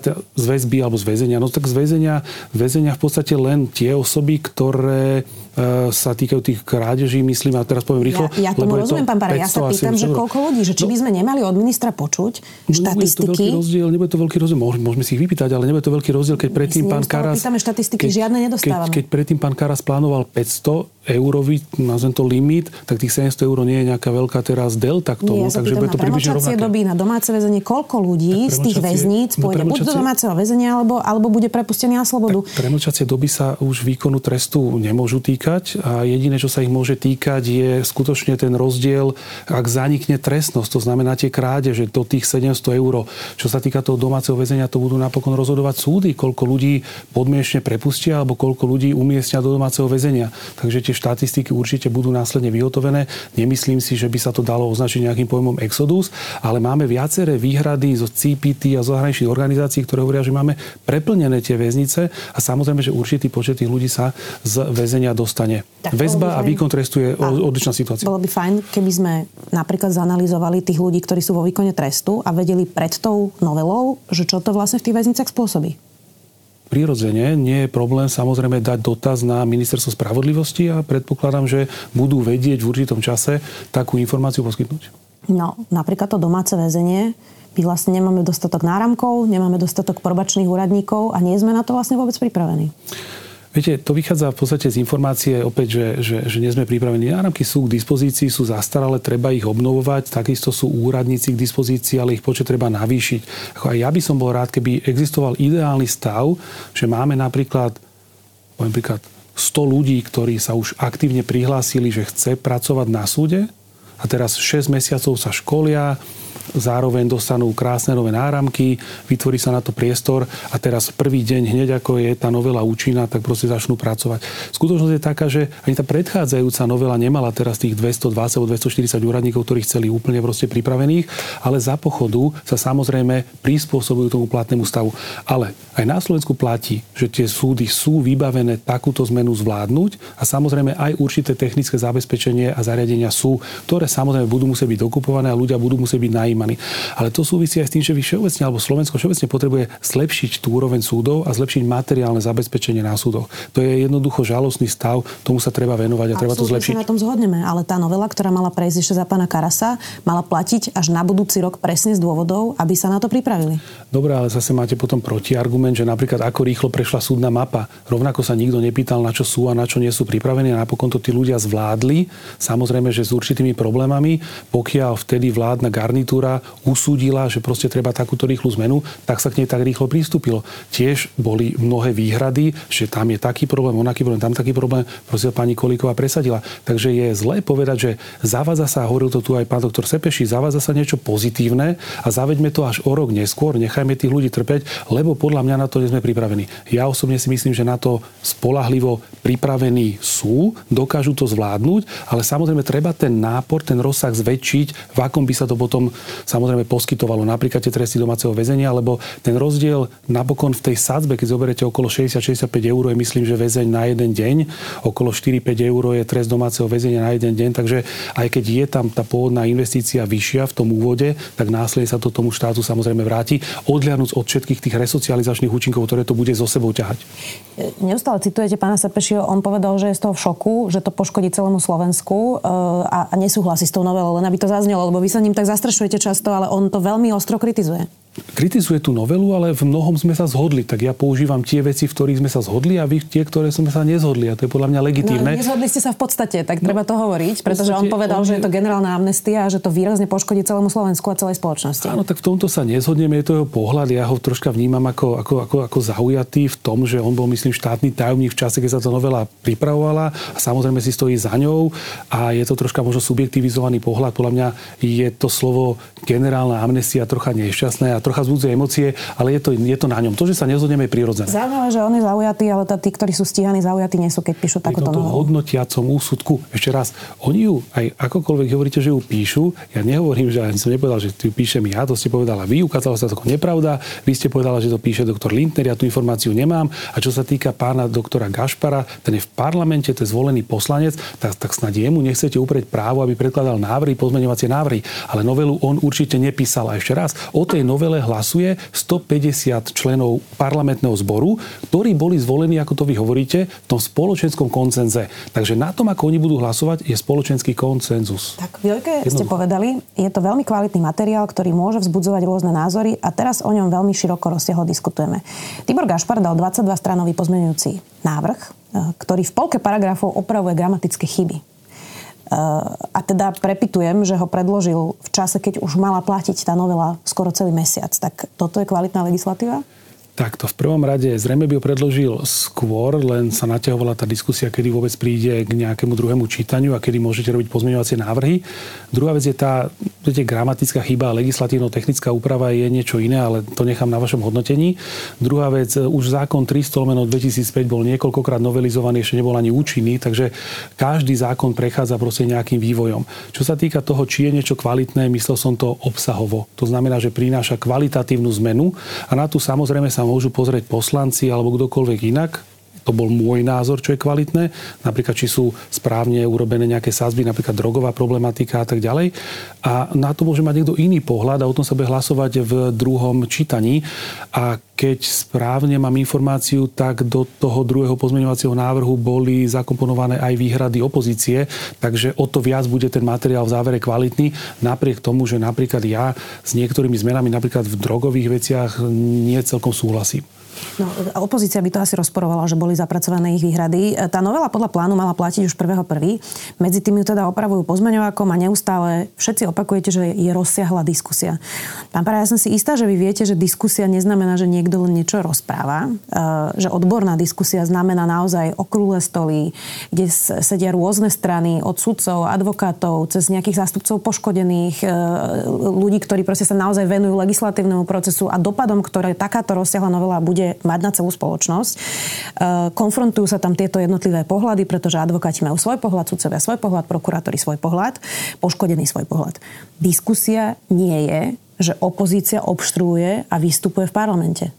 väzby alebo z väzenia, no tak z väzenia v podstate len tie osoby, ktoré sa týkajú tých krádeží, myslím, a teraz poviem rýchlo. Ja tomu rozumiem, pán Pára, ja sa pýtam, že koľko ľudí, že či by sme nemali od ministra počuť štatistiky. Nebude to veľký rozdiel, môžeme si ich vypýtať, ale nebude to veľký rozdiel, keď predtým pán Karas... Pýtame štatistiky, žiadne nedostávame. Keď predtým pán Karas plánoval 500 eurový, nazvem to limit, tak tých 700 eur nie je nejaká veľká teraz delta k tomu, takže bude to približne rovnaké. Doby na domáce väzenie, koľko ľudí z tých väzníc pôjde buď do domáceho väzenia, alebo bude prepustený na slobodu. Premlčacie doby sa už výkonu trestu nemôžu týkať a jediné, čo sa ich môže týkať, je skutočne ten rozdiel, ak zanikne trestnosť, to znamená tie krádeže do tých 700 eur. Čo sa týka toho domáceho väzenia, to budú napokon rozhodovať súdy, koľko ľudí podmienečne prepustia alebo koľko ľudí umiestnia do domáceho väzenia. Takže tie štatistiky určite budú následne vyhotovené. Nemyslím si, že by sa to dalo označiť nejakým pojmom exodus, ale máme viaceré výhrady zo CPT a zo zahraničných organizácií, ktoré hovoria, že máme preplnené tie väznice a samozrejme, že určitý počet tých ľudí sa z väzenia dostane. Tak, väzba a výkon trestu je odlišná situácia. Bolo by fajn, keby sme napríklad zanalyzovali tých ľudí, ktorí sú vo výkone trestu a vedeli pred tou novelou, že čo to vlastne v tých väzniciach spôsobí. Prirodzene nie je problém samozrejme dať dotaz na ministerstvo spravodlivosti a predpokladám, že budú vedieť v určitom čase takú informáciu poskytnúť. No, napríklad to domáce väzenie. My vlastne nemáme dostatok náramkov, nemáme dostatok probačných úradníkov a nie sme na to vlastne vôbec pripravení. Viete, to vychádza v podstate z informácie opäť, že nie sme pripravení. Náramky sú k dispozícii, sú zastaralé, treba ich obnovovať, takisto sú úradníci k dispozícii, ale ich počet treba navýšiť. Ako aj ja by som bol rád, keby existoval ideálny stav, že máme napríklad 100 ľudí, ktorí sa už aktívne prihlásili, že chce pracovať na súde a teraz 6 mesiacov sa školia, zároveň dostanú krásne nové náramky, vytvorí sa na to priestor a teraz prvý deň hneď ako je tá novela účinná, tak proste začnú pracovať. Skutočnosť je taká, že ani tá predchádzajúca novela nemala teraz tých 220 alebo 240 úradníkov, ktorí chceli úplne proste pripravených, ale za pochodu sa samozrejme prispôsobujú tomu platnému stavu. Ale aj na Slovensku platí, že tie súdy sú vybavené takúto zmenu zvládnuť a samozrejme aj určité technické zabezpečenie a zariadenia sú, ktoré samozrejme budú musieť byť dokupované a ľudia budú musieť byť najímaní. Ale to súvisí aj s tým, že vy všeobecne alebo Slovensko všeobecne potrebuje zlepšiť tú úroveň súdov a zlepšiť materiálne zabezpečenie na súdoch. To je jednoducho žalostný stav, tomu sa treba venovať a treba to zlepšiť. Sa na tom zhodneme, ale tá novela, ktorá mala prejsť ešte za pána Karasa, mala platiť až na budúci rok presne z dôvodov, aby sa na to pripravili. Dobre, ale zase máte potom protiargument, že napríklad ako rýchlo prešla súdna mapa. Rovnako sa nikto nepýtal, na čo sú a na čo nie sú pripravení a napokon to tí ľudia zvládli. Samozrejme, že s určitými problémami, pokiaľ vtedy vládna garnitúra usúdila, že proste treba takúto rýchlu zmenu, tak sa k nej tak rýchlo pristúpilo. Tiež boli mnohé výhrady, že tam je taký problém, onaký problém, tam taký problém, proste pani Kolíková presadila. Takže je zlé povedať, že zavádza sa, hovoril to tu aj pán doktor Sepeši, zavádza sa niečo pozitívne a zaveďme to až o rok neskôr, nechajme tých ľudí trpeť, lebo podľa mňa na to nie sme pripravení. Ja osobne si myslím, že na to spoľahlivo pripravení sú, dokážu to zvládnuť, ale samozrejme treba ten nápor, ten rozsah zväčšiť, v akom by sa to potom samozrejme poskytovalo napríklad tie tresty domáceho väzenia, lebo ten rozdiel napokon v tej sadzbe, keď zoberete okolo 60-65 eur, je myslím, že väzeň na jeden deň, okolo 4-5 eur je trest domáceho väzenia na jeden deň, takže aj keď je tam tá pôvodná investícia vyššia v tom úvode, tak následne sa to tomu štátu samozrejme vráti, odhľadnúc od všetkých tých resocializačných účinkov, ktoré to bude so sebou ťahať. Neustále citujete pána Sepešiho, on povedal, že je z toho v šoku, že to poškodí celému Slovensku a nesúhlasí s tou novelou, len aby to zaznelo, lebo vy sa ním tak zastrašujete často, ale on to veľmi ostro kritizuje. Kritizuje tú novelu, ale v mnohom sme sa zhodli. Tak ja používam tie veci, v ktorých sme sa zhodli a vy tie, ktoré sme sa nezhodli. A to je podľa mňa legitímne. No, nezhodli ste sa v podstate, tak treba to hovoriť, pretože on povedal, že je to generálna amnestia a že to výrazne poškodí celému Slovensku a celej spoločnosti. Áno, tak v tomto sa nezhodneme, je to jeho pohľad. Ja ho troška vnímam ako zaujatý v tom, že on bol, myslím, štátny tajomník v čase, keď sa tá novela pripravovala a samozrejme si stojí za ňou a je to troška možno subjektivizovaný pohľad. Podľa mňa je to slovo generálna amnestia trocha nešťastné a trocha vzbudzuje emócie, ale je to na ňom. To, že sa nezhodneme, je prirodzené. Zaujímavé, že on je zaujatý, ale tí, ktorí sú stíhaní, zaujatí nie sú, keď píšu takúto novelu. Hodnotiacom úsudku. Ešte raz, oni ju, aj akokoľvek hovoríte, že ju píšu, ja nehovorím, že ani som nepovedal, že tu píšem ja, to ste povedala vy, ukázalo sa to ako nepravda, vy ste povedala, že to píše doktor Lindner, ja tú informáciu nemám. A čo sa týka pána doktora Gašpara, ten je v parlamente, to je zvolený poslanec, tak snad jemu nechcete uprieť právo, aby predkladal návrhy, pozmeňovacie návrhy, ale novelu on určite nepísal. A ešte raz, o tej novele hlasuje 150 členov parlamentného zboru, ktorí boli zvolení, ako to vy hovoríte, v tom spoločenskom koncenze. Takže na tom, ako oni budú hlasovať, je spoločenský koncenzus. Tak, Jojke, ste povedali, je to veľmi kvalitný materiál, ktorý môže vzbudzovať rôzne názory a teraz o ňom veľmi široko rozsiahlo diskutujeme. Tibor Gašpar dal 22-stranový pozmeňujúci návrh, ktorý v polke paragrafov opravuje gramatické chyby. A teda prepitujem, že ho predložil v čase, keď už mala platiť tá novela skoro celý mesiac. Tak toto je kvalitná legislatíva? Takto v prvom rade zrejme by ho predložil skôr, len sa naťahovala tá diskusia, kedy vôbec príde k nejakému druhému čítaniu a kedy môžete robiť pozmeňovacie návrhy. Druhá vec je tá gramatická chyba, legislatívno-technická úprava je niečo iné, ale to nechám na vašom hodnotení. Druhá vec, už zákon 300/2005 bol niekoľkokrát novelizovaný, ešte nebol ani účinný, takže každý zákon prechádza proste nejakým vývojom. Čo sa týka toho, či je niečo kvalitné, myslel som to obsahovo. To znamená, že prináša kvalitatívnu zmenu a na tú samozrejme sa môžu pozrieť poslanci alebo kdokoľvek inak. To bol môj názor, čo je kvalitné. Napríklad, či sú správne urobené nejaké sadzby, napríklad drogová problematika a tak ďalej. A na to môže mať niekto iný pohľad a o tom sa bude hlasovať v druhom čítaní. A keď správne mám informáciu, tak do toho druhého pozmeňovacieho návrhu boli zakomponované aj výhrady opozície, takže o to viac bude ten materiál v závere kvalitný, napriek tomu, že napríklad ja s niektorými zmenami, napríklad v drogových veciach, nie celkom súhlasím. No, opozícia by to asi rozporovala, že boli zapracované ich výhrady. Tá novela podľa plánu mala platiť už 1.1. Medzi tým ju teda opravujú pozmeňovákom a neustále všetci opakujete, že je rozsiahla diskusia. Pán Para, ja som si istá, že vy viete, že diskusia neznamená, že niekto len niečo rozpráva. Že odborná diskusia znamená naozaj okrúhle stoly, kde sedia rôzne strany, od sudcov, advokátov, cez nejakých zástupcov poškodených, ľudí, ktorí proste sa naozaj venujú legislatívnemu procesu a dopadom, ktoré takáto rozsiahla novela bude mať na celú spoločnosť. Konfrontujú sa tam tieto jednotlivé pohľady, pretože advokáti majú svoj pohľad, sudcovia svoj pohľad, prokurátori svoj pohľad, poškodený svoj pohľad. Diskusia nie je, že opozícia obštruuje a vystupuje v parlamente.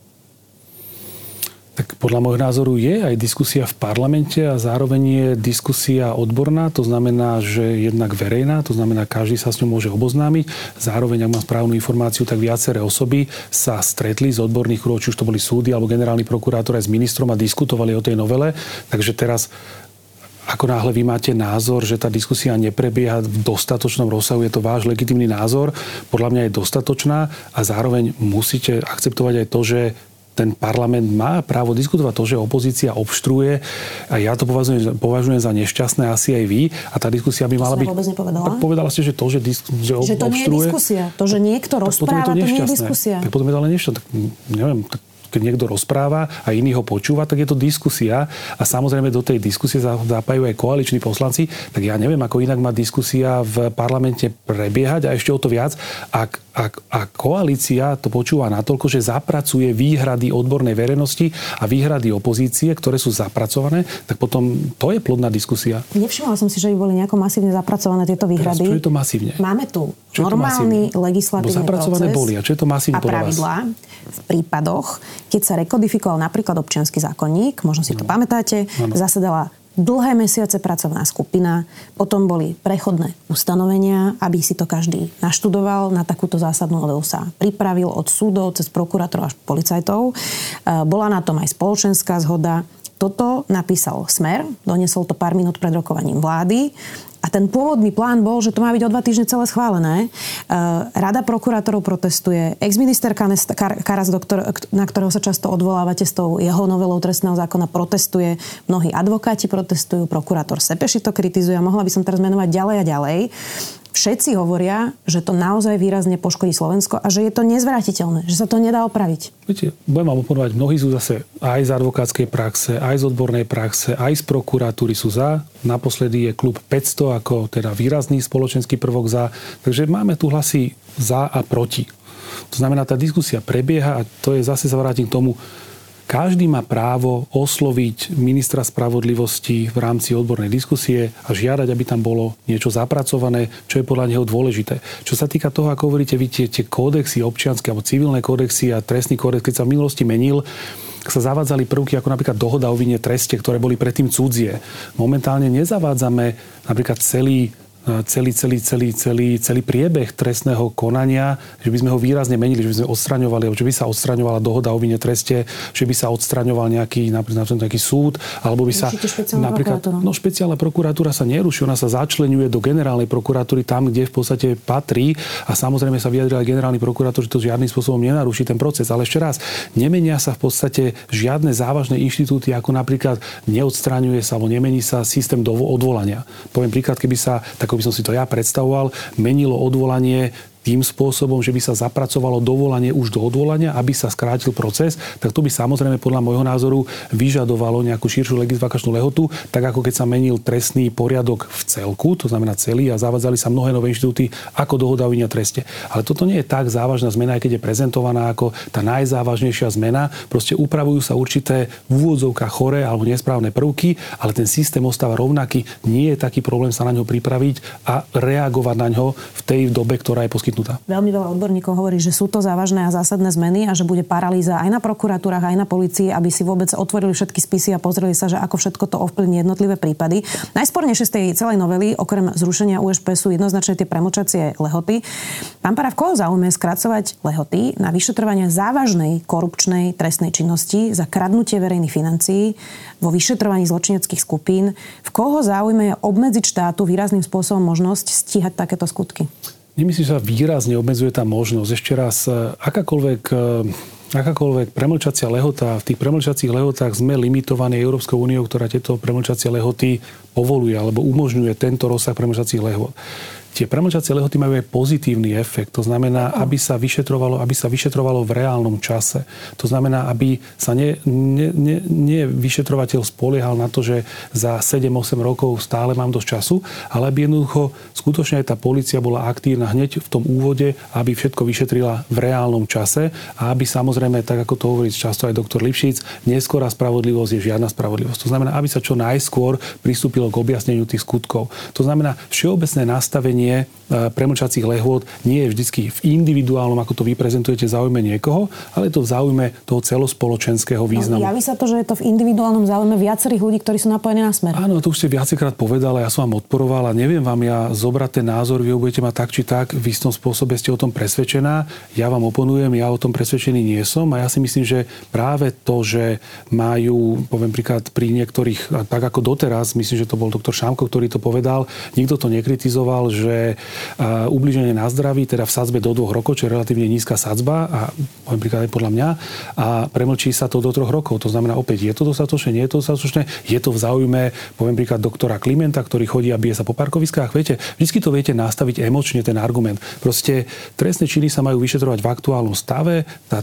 Tak podľa môjho názoru je aj diskusia v parlamente a zároveň je diskusia odborná, to znamená, že jednak verejná, to znamená, každý sa s ňou môže oboznámiť. Zároveň, ak mám správnu informáciu, tak viaceré osoby sa stretli z odborných krúhov, či už to boli súdy alebo generálny prokurátor aj s ministrom a diskutovali o tej novele. Takže teraz ako náhle vy máte názor, že tá diskusia neprebieha v dostatočnom rozsahu, je to váš legitímny názor, podľa mňa je dostatočná a zároveň musíte akceptovať aj to, že ten parlament má právo diskutovať. To, že opozícia obštruuje, a ja to považujem za nešťastné, asi aj vy, a tá diskusia by mala byť... vôbec nepovedala. Tak povedala ste, že to, že to obštruuje... nie je diskusia. To, že niekto rozpráva, to nie je diskusia. Tak potom je to ale nešťastné. Tak neviem, keď niekto rozpráva a iný ho počúva, tak je to diskusia a samozrejme do tej diskusie zapájajú aj koaliční poslanci, tak ja neviem, ako inak má diskusia v parlamente prebiehať a ešte o to viac, ak koalícia to počúva natoľko, že zapracuje výhrady odbornej verejnosti a výhrady opozície, ktoré sú zapracované, tak potom to je plodná diskusia. Nevšimla som si, že by boli nejako masívne zapracované tieto výhrady. Teraz, čo je to masívne? Máme tu normálny legislatívny proces boli. A čo je to masívne a pravidlá v prípadoch, keď sa rekodifikoval napríklad občiansky zákonník, možno si to pamätáte, zasedala dlhé mesiace pracovná skupina, potom boli prechodné ustanovenia, aby si to každý naštudoval, na takúto zásadnú novelu sa pripravil od súdov cez prokurátorov až policajtov. Bola na tom aj spoločenská zhoda. Toto napísal Smer, doniesol to pár minút pred rokovaním vlády. A ten pôvodný plán bol, že to má byť o 2 týždne celé schválené. Rada prokurátorov protestuje. Ex-minister Karas, na ktorého sa často odvolávate s tou jeho novelou trestného zákona, protestuje. Mnohí advokáti protestujú. Prokurátor Sepeši to kritizuje. Mohla by som teraz menovať ďalej a ďalej. Všetci hovoria, že to naozaj výrazne poškodí Slovensko a že je to nezvratiteľné, že sa to nedá opraviť. Viete, budem vám oponovať, mnohí sú zase aj z advokátskej praxe, aj z odbornej praxe, aj z prokuratúry sú za. Naposledy je klub 500 ako teda výrazný spoločenský prvok za. Takže máme tu hlasy za a proti. To znamená, tá diskusia prebieha a to je zase sa vrátim k tomu, každý má právo osloviť ministra spravodlivosti v rámci odbornej diskusie a žiadať, aby tam bolo niečo zapracované, čo je podľa neho dôležité. Čo sa týka toho, ako hovoríte, vy tie kódexy občianske alebo civilné kódexy a trestný kódex, keď sa v minulosti menil, sa zavádzali prvky ako napríklad dohoda o vine treste, ktoré boli predtým cudzie. Momentálne nezavádzame napríklad celý priebeh trestného konania, že by sme ho výrazne menili, že by sme odstraňovali, že by sa odstraňovala dohoda o vine treste, že by sa odstraňoval nejaký súd, alebo by sa napríklad špeciálna prokuratúra sa neruší, ona sa začleňuje do generálnej prokuratúry tam, kde v podstate patrí a samozrejme sa vyjadril aj generálny prokurátor, že to žiadnym spôsobom nenaruší ten proces. Ale ešte raz, nemenia sa v podstate žiadne závažné inštitúty, ako napríklad neodstraňuje sa alebo nemení sa systém odvolania. Poviem príklad, keby sa by som si to ja predstavoval, menilo odvolanie tým spôsobom, že by sa zapracovalo dovolanie už do odvolania, aby sa skrátil proces, tak to by samozrejme podľa môjho názoru vyžadovalo nejakú širšiu legisvakančnú lehotu, tak ako keď sa menil trestný poriadok v celku, to znamená celý, a zavádzali sa mnohé nové inštitúty ako dohoda o vine treste. Ale toto nie je tak závažná zmena, aj keď je prezentovaná ako tá najzávažnejšia zmena. Proste upravujú sa určité v úvodzovkách choré alebo nesprávne prvky, ale ten systém ostáva rovnaký. Nie je taký problém sa na ňo pripraviť a reagovať na ňo v tej dobe, ktorá je poskytnutá dotknutá. Veľmi veľa odborníkov hovorí, že sú to závažné a zásadné zmeny a že bude paralýza aj na prokuratúrach, aj na polícii, aby si vôbec otvorili všetky spisy a pozreli sa, že ako všetko to ovplyvní jednotlivé prípady. Najspornejšie z tej celej novely, okrem zrušenia USP, sú jednoznačne tie premlčacie lehoty. Pán Para, v koho záujme skracovať lehoty na vyšetrovanie závažnej korupčnej trestnej činnosti za kradnutie verejných financií vo vyšetrovaní zločineckých skupín? V koho záujme je obmedziť štátu výrazným spôsobom možnosť stíhať takéto skutky? Nemyslím, že sa výrazne obmedzuje tá možnosť. Ešte raz, akákoľvek premlčacia lehota, v tých premlčacích lehotách sme limitovaní Európskou úniou, ktorá tieto premlčacie lehoty povoluje alebo umožňuje tento rozsah premlčacích lehot. Tie premlčacie lehoty majú aj pozitívny efekt. To znamená, aby sa vyšetrovalo v reálnom čase. To znamená, aby sa nie vyšetrovateľ spoliehal na to, že za 7-8 rokov stále mám dosť času, ale aby jednoducho skutočne aj tá polícia bola aktívna hneď v tom úvode, aby všetko vyšetrila v reálnom čase a aby samozrejme, tak ako to hovorí často aj doktor Lipšic, neskorá spravodlivosť je žiadna spravodlivosť. To znamená, aby sa čo najskôr pristúpilo k objasneniu tých skutkov. To znamená, všeobecné nastavenie premlčacích lehôd nie je vždycky v individuálnom, ako to vy prezentujete, záujme niekoho, ale je to v záujme toho celospoločenského významu. Javí sa to, že je to v individuálnom záujme viacerých ľudí, ktorí sú napojení na Smer. Áno, to už ste viacejkrát povedala, ja som vám odporoval a neviem vám ja zobrať ten názor, vy ho budete mať tak či tak, v istom spôsobe ste o tom presvedčená. Ja vám oponujem, ja o tom presvedčený nie som a ja si myslím, že práve to, že majú, poviem príklad, pri niektorých, tak ako doteraz, myslím, že to bol doktor Šámko, ktorý to povedal, nikto to nekritizoval, že ubliženie na zdraví, teda v sadzbe do 2 rokov, čo je relatívne nízka sadzba a poviem príklad aj podľa mňa, a premlčí sa to do 3 rokov. To znamená, opäť je to dostatočné, nie je to dostatočné, je to v záujme, poviem príklad doktora Klimenta, ktorý chodí a bije sa po parkoviskách. Viete, vždycky to viete nastaviť emočne ten argument. Proste trestné činy sa majú vyšetrovať v aktuálnom stave,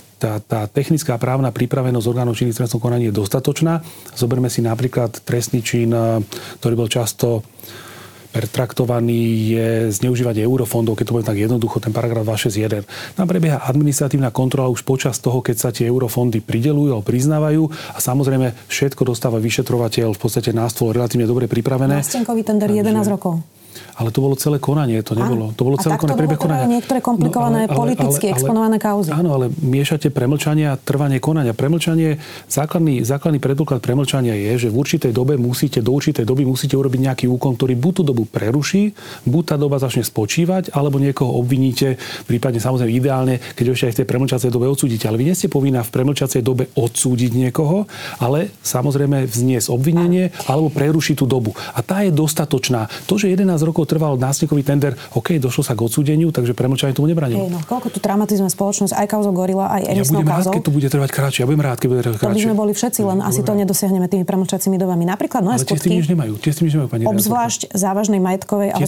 tá technická a právna pripravenosť orgánov činných v trestnom konaní je dostatočná. Zoberme si napríklad trestný čin, ktorý bol často pertraktovaný, je zneužívanie eurofondov, keď to bude tak jednoducho, ten paragraf 261. Tam prebieha administratívna kontrola už počas toho, keď sa tie eurofondy prideľujú alebo priznávajú a samozrejme všetko dostáva vyšetrovateľ v podstate na stôl relatívne dobre pripravené. Nástenkový tender 11 rokov. Ale to bolo celé konanie, to nebolo. To bolo celé konanie, priebeh konania. Niektoré komplikované politicky exponované kauzy. Áno, ale miešate premlčanie a trvanie konania. Premlčanie, základný predpoklad premlčania je, že v určitej dobe do určitej doby musíte urobiť nejaký úkon, ktorý buď tú dobu preruší, buď tá doba začne spočívať, alebo niekoho obviníte, prípadne samozrejme ideálne, keď ešte aj v tej premlčacej dobe odsúdite. Ale vy nie ste povinná v premlčacej dobe odsúdiť niekoho, ale samozrejme vzniesť obvinenie alebo prerušiť tú dobu. A tá je dostatočná. To, že 11 rokov trval nástenkový tender, OK, došlo sa k odsúdeniu, takže premlčanie tomu nebranilo. Koľko tu traumatizuje spoločnosť, aj kauzou Gorila, aj emisnou kauzou. Ja budem rád, keď to bude trvať kratšie. Ja budem rád, keď bude trvať kratšie. To by sme boli všetci, len asi to nedosiahneme tými premlčacími dobami. Napríklad mnohé skutky. Tie s tým nič nemajú, pani. Obzvlášť závažnej majetkovej a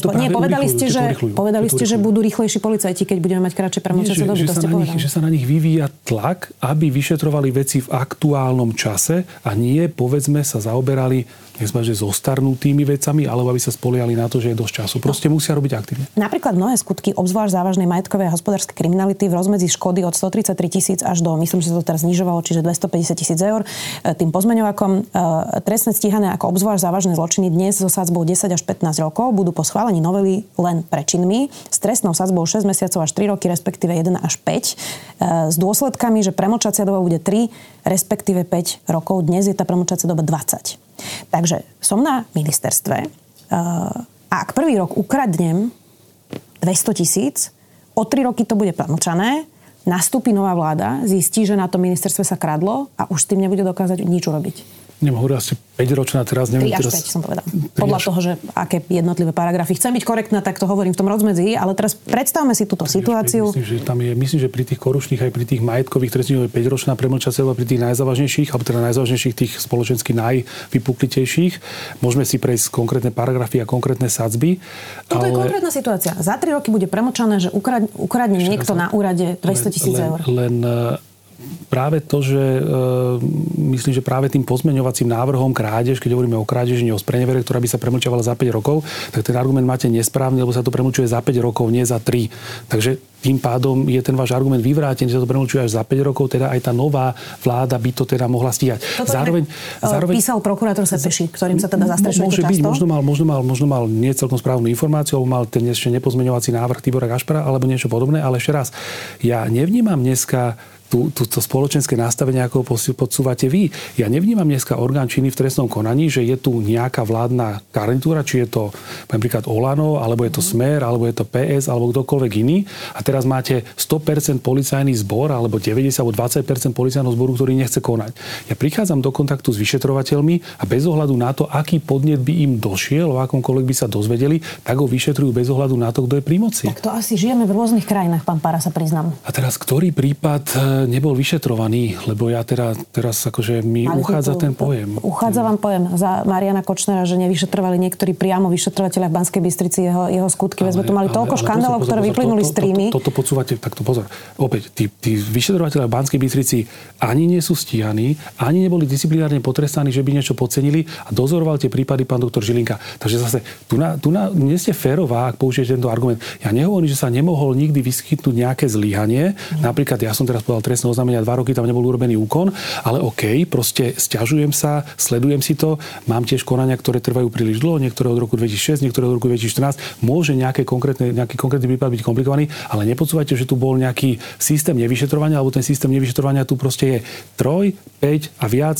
povedali ste, že budú rýchlejší policajti, keď budeme mať kratšie premlčacie doby. Že sa na nich vyvíja tlak, aby vyšetrovali veci v aktuálnom čase a nie, povedzme, sa zaoberali zostarnutými vecami, alebo aby sa spoliehali na to, že je dosť času. Proste musia robiť aktívne. Napríklad mnohé skutky, obzvlášť závažnej majetkovej a hospodárskej kriminality v rozmedzi škody od 133 000 až do, myslím, že sa to teraz znižovalo, čiže 250 000 eur. Tým pozmeňovakom trestné stíhané ako obzvlášť závažné zločiny dnes so sadzbou 10 až 15 rokov budú po schválení novely len prečinmi s trestnou sadzbou 6 mesiacov až 3 roky, respektíve 1 až 5, s dôsledkami, že premlčacia doba bude 3, respektíve 5 rokov. Dnes je tá premlčacia doba 20. Takže som na ministerstve a ak prvý rok ukradnem 200 000, o 3 roky to bude premlčané, nastúpi nová vláda, zistí, že na tom ministerstve sa kradlo a už s tým nebude dokázať nič urobiť. Hovorím asi 5-ročná teraz. 3 až 5 som povedala. Podľa toho, že aké jednotlivé paragrafy. Chcem byť korektná, tak to hovorím v tom rozmedzi, ale teraz predstavme si túto situáciu. Myslím, že pri tých korupčných aj pri tých majetkových trestných 5-ročná premlčacia doba pri tých najzávažnejších, alebo teda najzávažnejších tých spoločensky najvypuklitejších. Môžeme si prejsť konkrétne paragrafy a konkrétne sadzby. Toto je konkrétna situácia. Za 3 roky bude premlčané, že ukradne niekto na úrade 200 000 eur. Len práve to, že myslím, že práve tým pozmeňovacím návrhom krádež, keď hovoríme o krádeži, nie o sprenevere, ktorá by sa premlčovala za 5 rokov, tak ten argument máte nesprávny, lebo sa to premlčuje za 5 rokov, nie za 3. Takže tým pádom je ten váš argument vyvrátený, že sa to premlčuje až za 5 rokov, teda aj tá nová vláda by to teda mohla stíhať. Zároveň písal prokurátor Sepeši, ktorým sa teda zastrešujete často? Možno mal nie celkom správnu informáciu, alebo mal ten ešte nepozmeňovací návrh Tibora Gašpara, alebo niečo podobné, ale ešte raz, ja nevnímam dneska to spoločenské nastavenie, ako podsúvate vy. Ja nevnímam dneska orgán činný v trestnom konaní, že je tu nejaká vládna garnitúra, či je to napríklad Olano, alebo je to Smer, alebo je to PS, alebo kdokoľvek iný. A teraz máte 100% policajný zbor, alebo 90 alebo 20% policajného zboru, ktorý nechce konať. Ja prichádzam do kontaktu s vyšetrovateľmi a bez ohľadu na to, aký podnet by im došiel, o akomkoľvek by sa dozvedeli, tak ho vyšetrujú bez ohľadu na to, kto je pri moci. Tak to asi žijeme v rôznych krajinách, pán Pára, sa priznám. A teraz ktorý prípad nebol vyšetrovaný, lebo ja teraz akože mi uchádza ten pojem. Uchádza vám pojem za Mariana Kočnera, že nevyšetrovali niektorí priamo vyšetrovateľia v Banskej Bystrici jeho skutky. Veď sme tu mali toľko škandálov, ktoré vyplynuli z streamy. Toto podsúvate, takto pozor. Opäť, tí vyšetrovateľia v Banskej Bystrici ani nie sú stíhaní, ani neboli disciplinárne potrestaní, že by niečo podcenili a dozoroval tie prípady pán doktor Žilinka. Takže zase, tu nie ste férová, ak použijete tento argument. Ja nehovorím, že sa nemohol nikdy vyskytnúť nejaké zlyhanie. Napríklad, ja som teraz povedal trestné oznámenia 2 roky, tam nebol urobený úkon, ale proste sťažujem sa, sledujem si to, mám tiež konania, ktoré trvajú príliš dlho, niektoré od roku 2006, niektoré od roku 2014. Môže nejaký konkrétny prípad byť komplikovaný, ale nepodsúvajte, že tu bol nejaký systém nevyšetrovania, alebo ten systém nevyšetrovania tu proste je 3, 5 a viac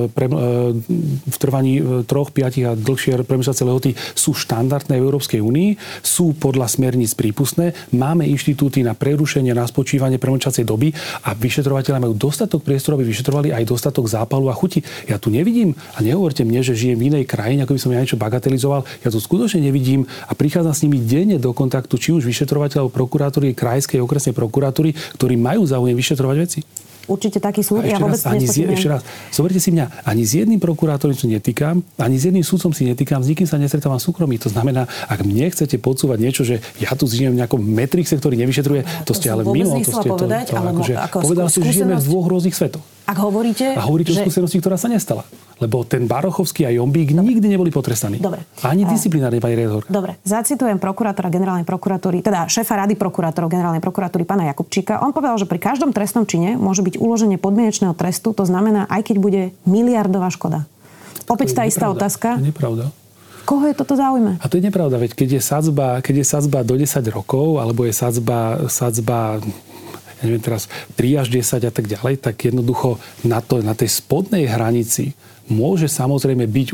v trvaní 3, 5 a dlhšie premýšľacie lehoty sú štandardné v Európskej únii, sú podľa smerníc prípustné, máme inštitúty na prerušenie, na spočívanie premlčacej doby a vyšetrovateľia majú dostatok priestoru, aby vyšetrovali aj dostatok zápalu a chuti. Ja tu nevidím a nehovorte mne, že žijem v inej krajine, ako by som ja niečo bagatelizoval. Ja to skutočne nevidím a prichádzam s nimi denne do kontaktu, či už vyšetrovateľov prokuratúry, krajskej okresnej prokuratúry, ktorí majú záujem vyšetrovať veci. Určite taký súd. Ja vôbec ešte raz, zoberte si mňa, ani s jedným prokurátorom si netýkam, ani s jedným sudcom si netýkam, s nikým sa nestretávam súkromí. To znamená, ak mne chcete podsúvať niečo, že ja tu žijem v nejakom Matrixe, ktorý nevyšetruje, to ste ale mimo. Povedal si, že žijeme v dvoch rôznych svetoch. Ak hovoríte, o skúsenosti, ktorá sa nestala. Lebo ten Barochovský a Jombík nikdy neboli potrestaní. Dobre. Ani disciplinárne, pani redaktorka. Dobre. Zacitujem prokurátora generálnej prokuratúry, teda šéfa rady prokurátorov generálnej prokuratúry pána Jakubčíka. On povedal, že pri každom trestnom čine môže byť uloženie podmienečného trestu, to znamená, aj keď bude miliardová škoda. Opäť tá istá otázka. To je nepravda. Koho je toto záujme? A to je nepravda, veď keď je sadzba do 10 rokov, alebo je sadzba ja neviem teraz 3 až 10 a tak ďalej, tak jednoducho na tej spodnej hranici môže samozrejme byť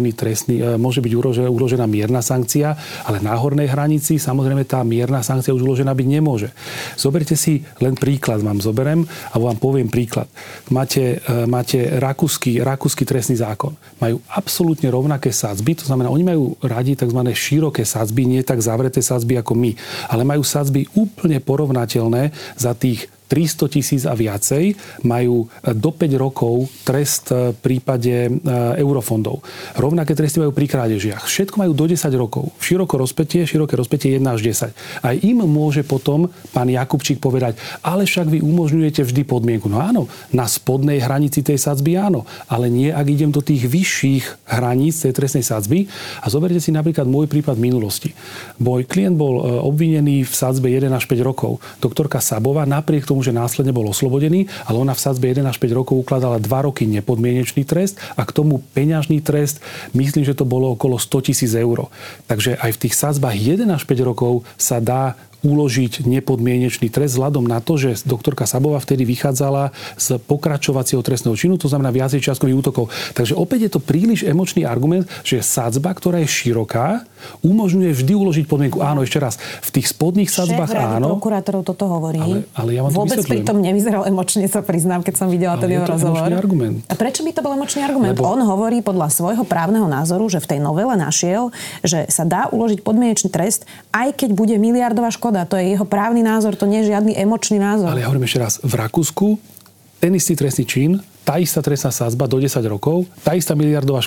uložená mierna sankcia, ale na hornej hranici samozrejme tá mierna sankcia už uložená byť nemôže. Zoberte si len príklad, zoberiem alebo vám poviem príklad. Máte rakúsky trestný zákon. Majú absolútne rovnaké sadzby, to znamená, oni majú radi tzv. Široké sadzby, nie tak zavreté sadzby ako my, ale majú sadzby úplne porovnateľné za tých 300 000 a viacej, majú do 5 rokov trest v prípade eurofondov. Rovnaké tresty majú pri krádežiach. Všetko majú do 10 rokov. Široké rozpätie 1 až 10. Aj im môže potom pán Jakubčík povedať, ale však vy umožňujete vždy podmienku. No áno, na spodnej hranici tej sadzby áno, ale nie, ak idem do tých vyšších hraníc tej trestnej sadzby. A zoberte si napríklad môj prípad v minulosti. Môj klient bol obvinený v sadzbe 1 až 5 rokov. Doktorka Sabová napriek tomu, že následne bol oslobodený, ale ona v sadzbe 1 až 5 rokov ukladala 2 roky nepodmienečný trest a k tomu peňažný trest, myslím, že to bolo okolo 100 000 eur. Takže aj v tých sadzbách 1 až 5 rokov sa dá uložiť nepodmienečný trest vzhľadom na to, že doktorka Sabová vtedy vychádzala z pokračovacieho trestného činu, to znamená viacej čiastkových útokov. Takže opäť je to príliš emočný argument, že sadzba, ktorá je široká, umožňuje vždy uložiť podmienku. Áno, ešte raz, v tých spodných sadzbách áno. Šéf prokurátorov toto hovorí. Ale ja vám to vôbec pri tom nevyzeral emočne, sa priznám, keď som videla ten jeho rozhovor. Argument. A prečo by to bol emočný argument? On hovorí podľa svojho právneho názoru, že v tej novele našiel, že sa dá uložiť podmienečný trest, aj keď bude miliardová škoda. To je jeho právny názor, to nie je žiadny emočný názor. Ale ja hovorím ešte raz, v Rakúsku ten istý trestný čin, tá istá trestná sadzba do 10 rokov, tá istá miliardová škoda.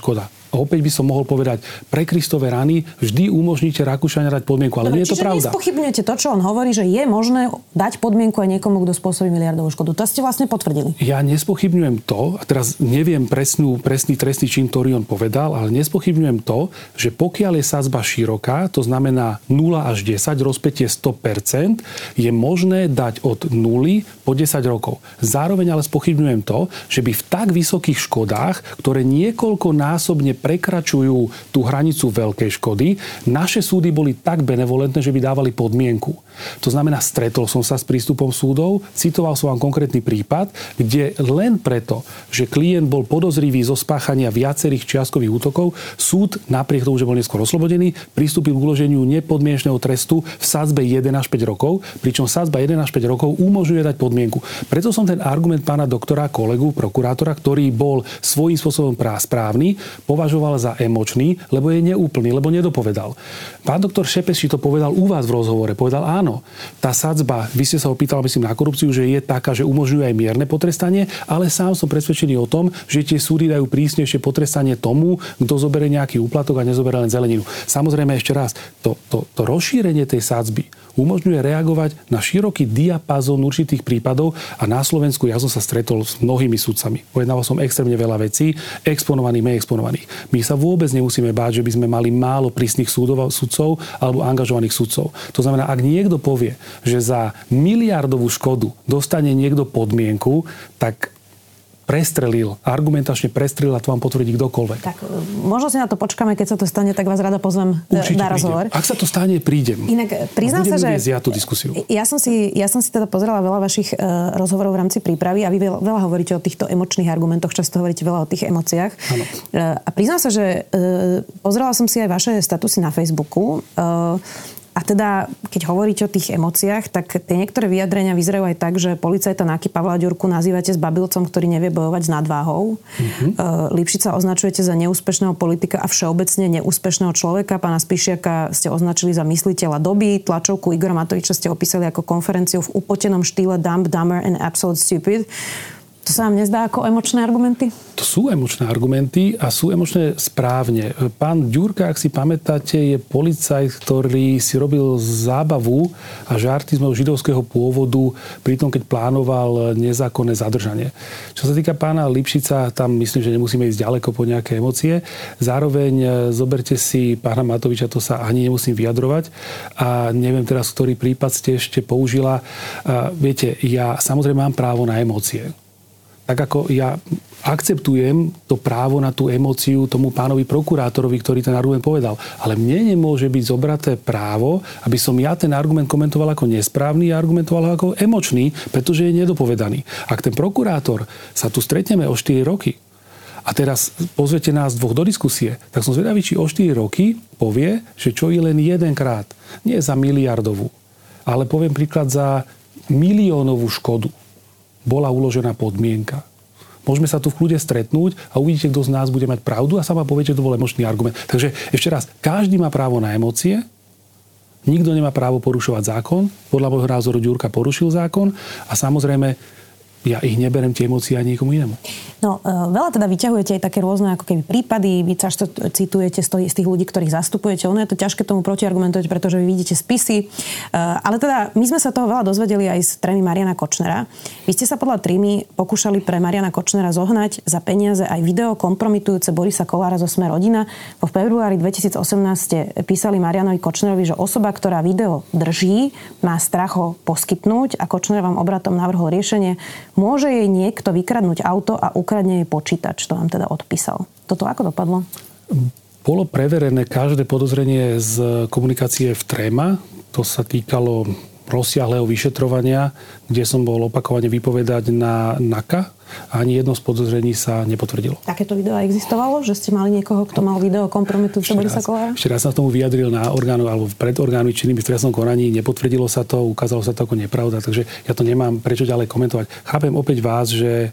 opäť by som mohol povedať, pre Kristove rany vždy umožníte Rakúšania dať podmienku, ale nie je to pravda. Čiže nespochybňujete to, čo on hovorí, že je možné dať podmienku aj niekomu, kto spôsobí miliardovú škodu. To ste vlastne potvrdili. Ja nespochybňujem to, a teraz neviem presný trestný čin, ktorý on povedal, ale nespochybňujem to, že pokiaľ je sadzba široká, to znamená 0 až 10, rozpätie 100%, je možné dať od 0 po 10 rokov. Zároveň ale spochybňujem to, že by v tak vysokých škodách, ktoré niekoľkonásobne prekračujú tú hranicu veľkej škody, naše súdy boli tak benevolentné, že by dávali podmienku. To znamená, stretol som sa s prístupom súdov, citoval som vám konkrétny prípad, kde len preto, že klient bol podozrivý zo spáchania viacerých čiastkových útokov, súd, napriek tomu, že bol neskôr oslobodený, pristúpil k uloženiu nepodmienečného trestu v sadzbe 1 až 5 rokov, pričom sadzba 1 až 5 rokov umožňuje dať podmienku. Preto som ten argument pána doktora, kolegu, prokurátora, ktorý bol svojím spôsobom správny, považoval za emočný, lebo je neúplný, lebo nedopovedal. Pán doktor Šepes to povedal u vás v rozhovore. Povedal áno, tá sadzba, vy ste sa opýtali, myslím, na korupciu, že je taká, že umožňuje aj mierne potrestanie, ale sám som presvedčený o tom, že tie súdy dajú prísnejšie potrestanie tomu, kto zoberie nejaký úplatok a nezoberie len zeleninu. Samozrejme ešte raz, to rozšírenie tej sadzby umožňuje reagovať na široký diapazón určitých prípadov a na Slovensku ja som sa stretol s mnohými sudcami. Pojednával som extrémne veľa vecí, exponovaných, neexponovaných. My sa vôbec nemusíme báť, že by sme mali málo prísnych sudcov alebo angažovaných sudcov. To znamená, ak niekto povie, že za miliardovú škodu dostane niekto podmienku, tak argumentačne prestrelil a to vám potvrdí kdokoľvek. Tak možno si na to počkáme, keď sa to stane, tak vás rada pozvem na rozhovor. Ak sa to stane, prídem. Inak priznám sa, že ja tú diskusiu. Ja som si teda pozerala veľa vašich rozhovorov v rámci prípravy a vy veľa hovoríte o týchto emočných argumentoch, často hovoríte veľa o tých emóciách. Áno. A priznám sa, že pozerala som si aj vaše statusy na Facebooku. A teda, keď hovoríte o tých emóciách, tak tie niektoré vyjadrenia vyzerajú aj tak, že policajta Náky Pavla Ďurku nazývate zbabilcom, ktorý nevie bojovať s nadváhou. Lipšica označujete za neúspešného politika a všeobecne neúspešného človeka. Pána Spišiaka ste označili za mysliteľa doby. Tlačovku Igora Matoviča ste opísali ako konferenciu v upotenom štýle Dumb, Dumber and Absolute Stupid. To sa vám nezdá ako emočné argumenty? To sú emočné argumenty a sú emočné správne. Pán Ďurka, ak si pamätáte, je policajt, ktorý si robil zábavu a žarty z môjho židovského pôvodu pri tom, keď plánoval nezákonné zadržanie. Čo sa týka pána Lipšica, tam myslím, že nemusíme ísť ďaleko po nejaké emócie. Zároveň zoberte si pána Matoviča, to sa ani nemusím vyjadrovať. A neviem teraz, ktorý prípad ste ešte použila. Viete, ja samozrejme mám právo na emócie. Tak ako ja akceptujem to právo na tú emóciu tomu pánovi prokurátorovi, ktorý ten argument povedal. Ale mne nemôže byť zobraté právo, aby som ja ten argument komentoval ako nesprávny a argumentoval ako emočný, pretože je nedopovedaný. Ak ten prokurátor sa tu stretneme o 4 roky a teraz pozvete nás dvoch do diskusie, tak som zvedavý, či o 4 roky povie, že čo je len jedenkrát. Nie za miliardovú, ale poviem príklad za miliónovú škodu bola uložená podmienka. Môžeme sa tu v kľude stretnúť a uvidíte, kto z nás bude mať pravdu a sama poviete, že to bol emočný argument. Takže ešte raz, každý má právo na emócie, nikto nemá právo porušovať zákon. Podľa môjho názoru Ďurka porušil zákon a samozrejme ja ich neberem tie emócie ani niekomu inému. No, veľa teda vyťahujete aj také rôzne ako keby prípady, vy často citujete z tých ľudí, ktorých zastupujete. Ono je to ťažké tomu protiargumentovať, pretože vy vidíte spisy. Ale teda my sme sa toho veľa dozvedeli aj z trémy Mariana Kočnera. Vy ste sa podľa trémy pokúšali pre Mariana Kočnera zohnať za peniaze aj video kompromitujúce Borisa Kollára zo Sme rodina. Po februári 2018 ste písali Marianovi Kočnerovi, že osoba, ktorá video drží, má strach ho poskytnúť a Kočner vám obratom navrhol riešenie. Môže jej niekto vykradnúť auto a ukradne jej počítač. To vám teda odpísal. Toto ako dopadlo? Bolo preverené každé podozrenie z komunikácie v tréma. To sa týkalo rozsiahleho vyšetrovania, kde som bol opakovane vypovedať na NAKA. A ani jedno z podozrení sa nepotvrdilo. Takéto video existovalo? Že ste mali niekoho, kto mal video kompromitujúce Borisa Kollára? Ešte raz sa tomu vyjadril na orgánu alebo pred orgánmi činnými v trestnom konaní. Nepotvrdilo sa to, ukázalo sa to ako nepravda, takže ja to nemám prečo ďalej komentovať. Chápem opäť vás, že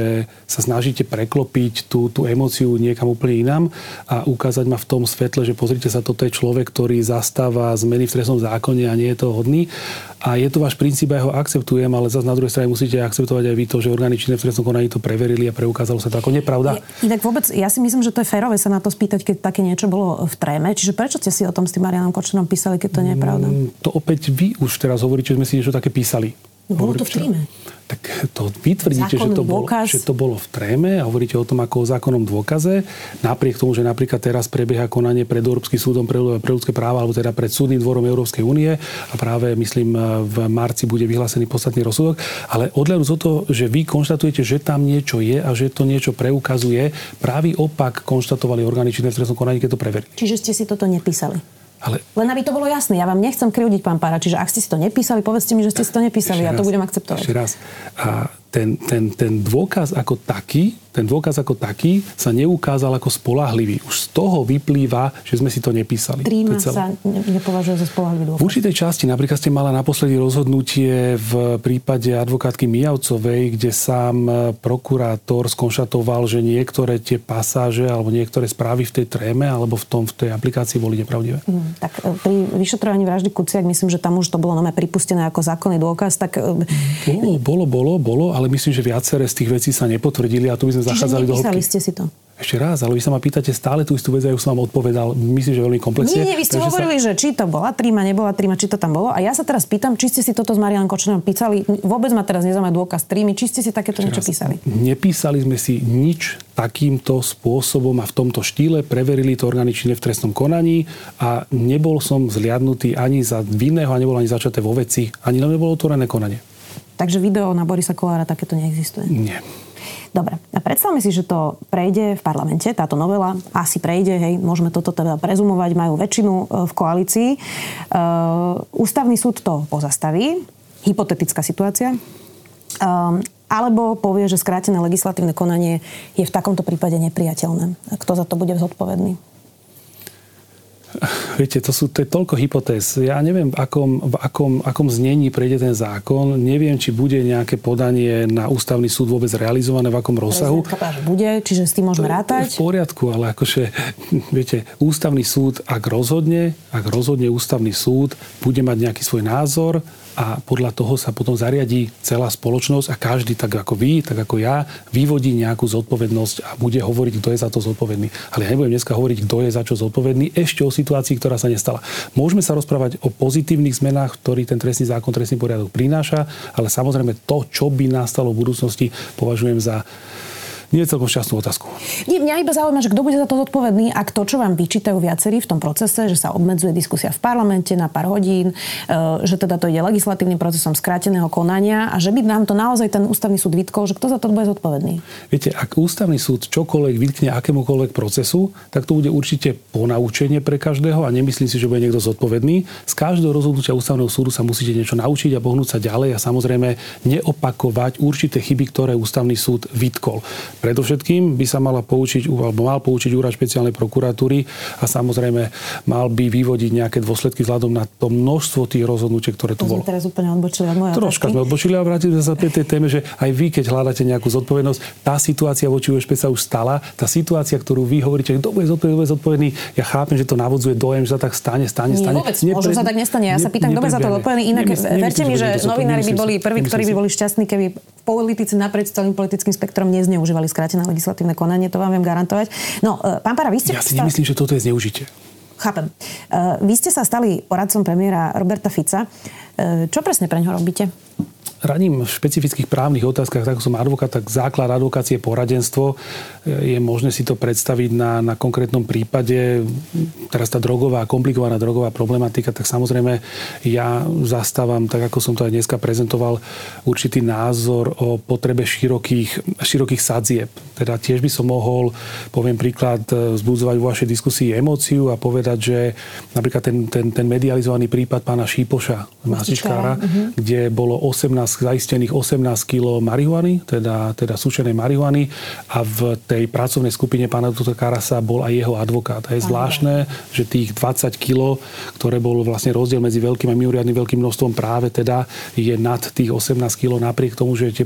sa snažíte preklopiť tú emóciu niekam úplne inám a ukázať ma v tom svetle, že pozrite sa, toto je človek, ktorý zastáva zmeny v trestnom zákone a nie je to hodný. A je to váš princíp, ja ho akceptujem, ale zase na druhej strane musíte akceptovať aj vy to, že orgány činné v trestnom konaní to preverili a preukázalo sa to ako nepravda. Inak vôbec, ja si myslím, že to je férové sa na to spýtať, keď také niečo bolo v tréme. Čiže prečo ste si o tom s tým Marianom Kočnerom písali, keď to nie je pravda? To opäť vy už teraz hovoríte, že sme si niečo také písali. Bolo to v tréme. Tak to vy tvrdíte, že to bolo v tréme a hovoríte o tom ako o zákonnom dôkaze. Napriek tomu, že napríklad teraz prebieha konanie pred Európskym súdom pre ľudské práva, alebo teda pred Súdnym dvorom Európskej únie a práve, myslím, v marci bude vyhlásený podstatný rozsudok. Ale odhľadnúť od toho, že vy konštatujete, že tam niečo je a že to niečo preukazuje, pravý opak konštatovali orgány činné v trestnom konaní, keď to preverili. Čiže ste si toto nepísali? Len aby to bolo jasné. Ja vám nechcem kriúdiť, pán Pára. Čiže ak ste si to nepísali, povedzte mi, že ste si to nepísali. Ja to budem akceptovať. Ešte raz. A ten dôkaz ako taký sa neukázal ako spoľahlivý. Už z toho vyplýva, že sme si to nepísali. Tríma sa nepovažuje za spoľahlivý dôkaz. V určitej časti, napríklad ste mala naposledy rozhodnutie v prípade advokátky Mijavcovej, kde sám prokurátor skonštatoval, že niektoré tie pasáže alebo niektoré správy v tej tréme alebo v tej aplikácii boli nepravdivé. Tak pri vyšetrovaní vraždy Kuciak, myslím, že tam už to bolo pripustené ako zákonný dôkaz. Tak... Bolo, ale myslím, že viaceré z tých vecí sa nepotvrdili a tu by sme zachádzali do hĺbky. Čiže nepísali ste si to? Ešte raz, ale vy sa ma pýtate stále tú istú vec a ja už som vám odpovedal. Myslím, že veľmi komplexne. Nie, vy ste hovorili, že či to bola tríma, nebola tríma, či to tam bolo. A ja sa teraz pýtam, či ste si toto s Marianom Kočnerom písali. Vôbec ma teraz nezaujíma dôkaz trímy, či ste si takéto niečo písali. Nepísali sme si nič takýmto spôsobom a v tomto štýle. Preverili to orgány činné v trestnom konaní a nebol som zliadnutý ani za vinného a nebolo ani začaté vo veci, ani len nebolo otvorené konanie. Takže video na Borisa Kollára takéto neexistuje? Nie. Dobre, a predstavme si, že to prejde v parlamente, táto novela asi prejde, hej, môžeme toto teda prezumovať, majú väčšinu v koalícii. Ústavný súd to pozastaví, hypotetická situácia, alebo povie, že skrátené legislatívne konanie je v takomto prípade nepriateľné. Kto za to bude zodpovedný? Viete, to je toľko hypotéz. Ja neviem, v akom znení prejde ten zákon. Neviem, či bude nejaké podanie na ústavný súd vôbec realizované, v akom rozsahu. Prezidentka bude, čiže s tým môžeme rátať. V poriadku, ale akože, viete, ústavný súd, ak rozhodne ústavný súd, bude mať nejaký svoj názor a podľa toho sa potom zariadí celá spoločnosť a každý, tak ako vy, tak ako ja, vyvodí nejakú zodpovednosť a bude hovoriť, kto je za to zodpovedný. Ale ja nebudem dneska hovoriť, kto je za čo zodpovedný, ešte o situácii, ktorá sa nestala. Môžeme sa rozprávať o pozitívnych zmenách, ktorý ten trestný zákon, trestný poriadok prináša, ale samozrejme to, čo by nastalo v budúcnosti, považujem za nie je celkom šťastnú otázku. Mňa iba zaujíma, že kto bude za to zodpovedný, ak to, čo vám vyčítajú viacerí v tom procese, že sa obmedzuje diskusia v parlamente na pár hodín, že teda to ide legislatívnym procesom skráteného konania a že by nám to naozaj ten ústavný súd vytkol, že kto za to bude zodpovedný? Viete, ak ústavný súd čokoľvek vytkne akémukoľvek procesu, tak to bude určite ponaučenie pre každého a nemyslím si, že bude niekto zodpovedný. Z každého rozhodnutia ústavného súdu sa musíte niečo naučiť a pohnúť sa ďalej a samozrejme neopakovať určité chyby, ktoré ústavný súd vytkol. Predovšetkým by sa mal poučiť úrad špeciálnej prokuratúry a samozrejme mal by vyvodiť nejaké dôsledky vzhľadom na to množstvo tých rozhodnutí, ktoré tu bolo. Teraz úplne odbočili od mojej otázky. Troška sme odbočili a vrátili sa pri tej téme, že aj vy, keď hľadáte nejakú zodpovednosť, tá situácia voči USP sa už stala, tá situácia, ktorú vy hovoríte, že kto bude zodpovedný, ja chápem, že to navodzuje dojem, že sa tak stane. Nie, vôbec, možno sa tak nestane. Ja sa pýtam, kto bude za to zodpovedný. Inak verte mi, že novinári by boli prví, ktorí by boli šťastní, keby politici naprieč celým politickým spektrom nezneužívali skrátené legislatívne konanie, to vám viem garantovať. No, pán Pára, vy ste... Ja si nemyslím, že toto je zneužitie. Chápem. Vy ste sa stali poradcom premiéra Roberta Fica. Čo presne pre ňoho robíte? Radím v špecifických právnych otázkach, tak som advokát, tak základ advokácie je poradenstvo. Je možné si to predstaviť na konkrétnom prípade. Teraz tá komplikovaná drogová problematika, tak samozrejme ja zastávam, tak ako som to aj dneska prezentoval, určitý názor o potrebe širokých sadzieb. Teda tiež by som mohol, poviem príklad, vzbudzovať vo vašej diskusii emóciu a povedať, že napríklad ten medializovaný prípad pána Šípoša, Masičkára, kde bolo 18 zaistených 18 kg marihuany, teda sušenej marihuany a v tej pracovnej skupine pána doktora Karasa bol aj jeho advokát. A je zvláštne, že tých 20 kg, ktoré bol vlastne rozdiel medzi veľkým a mimoriadnym veľkým množstvom, práve teda je nad tých 18 kg, napriek tomu, že tie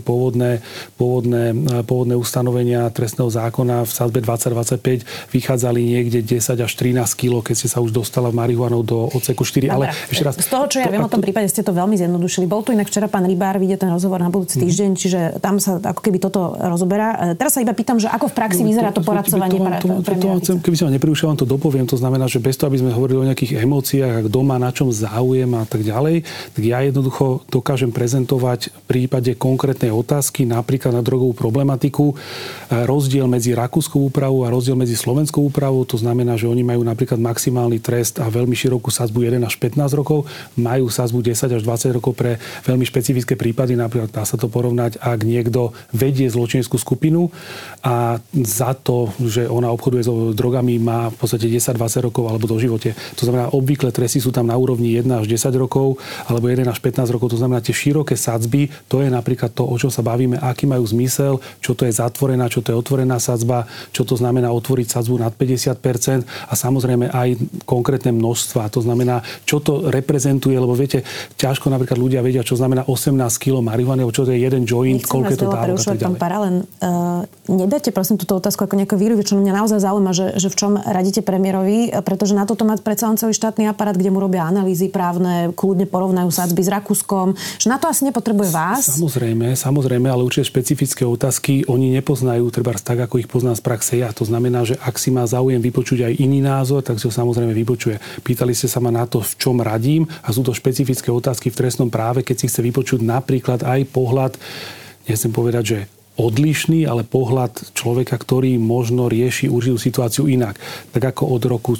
pôvodné ustanovenia trestného zákona v sadzbe 20-25 vychádzali niekde 10 až 13 kg, keď ste sa už dostala marihuanou do odseku 4. Ale ešte raz, z toho, čo ja viem o tom prípade, ste to veľmi zjednodušili. Bol tu inak včera pán Rybár, vidie ten rozhovor na budúci týždeň, čiže tam sa ako keby toto rozoberá. Teraz sa iba pýtam, že ako v praxi vyzerá to poradzovanie. Keby som neprerušil, vám to dopoviem. To znamená, že bez toho, aby sme hovorili o nejakých emóciách, kto má na čom záujem a tak ďalej, tak ja jednoducho dokážem prezentovať v prípade konkrétnej otázky, napríklad na drogovú problematiku, rozdiel medzi rakúskou úpravou a rozdiel medzi slovenskou úpravou. To znamená, že oni majú napríklad maximálny trest a veľmi širokú sadzbu 1 až 15 rokov, majú sadzbu 10 až 20 rokov pre veľmi špecifické prípady. Napríklad dá sa to porovnať, ak niekto vedie zločineckú skupinu a za to, že ona obchoduje so drogami, má v podstate 10-20 rokov alebo doživote. To znamená, obvykle tresty sú tam na úrovni 1 až 10 rokov alebo 1 až 15 rokov. To znamená, tie široké sadzby, to je napríklad to, o čom sa bavíme, aký majú zmysel, čo to je zatvorená, čo to je otvorená sadzba, čo to znamená otvoriť sadzbu nad 50% a samozrejme aj konkrétne množstva. To znamená, čo to reprezentuje, lebo viete, ťažko napríklad ľudia vedia, čo znamená 18 kg marihuany, alebo čo to je jeden joint, koľko je to dávok a tak ďalej. Pán Para, len nedáte prosím túto otázku ako nejaké výruvie, čo mňa naozaj zaujíma, že v čom radíte premiérovi, pretože na toto má predsa len celý štátny aparát, kde mu robia analýzy právne, kľudne porovnajú sadzby s Rakúskom, že na to asi nepotrebuje vás. Samozrejme, ale určite špecifické otázky oni nepoznajú trebárs tak, ako ich poznám z praxe ja. To znamená, že ak si má záujem vypočuť aj iný názor, tak si ho samozrejme vypočuje. Pýtali ste sa ma na to, v čom radím, a sú to špecifické otázky v trestnom práve, keď si chce vypočuť napríklad aj pohľad, nechcem povedať, že odlišný, ale pohľad človeka, ktorý možno rieši určitú situáciu inak. Tak ako od roku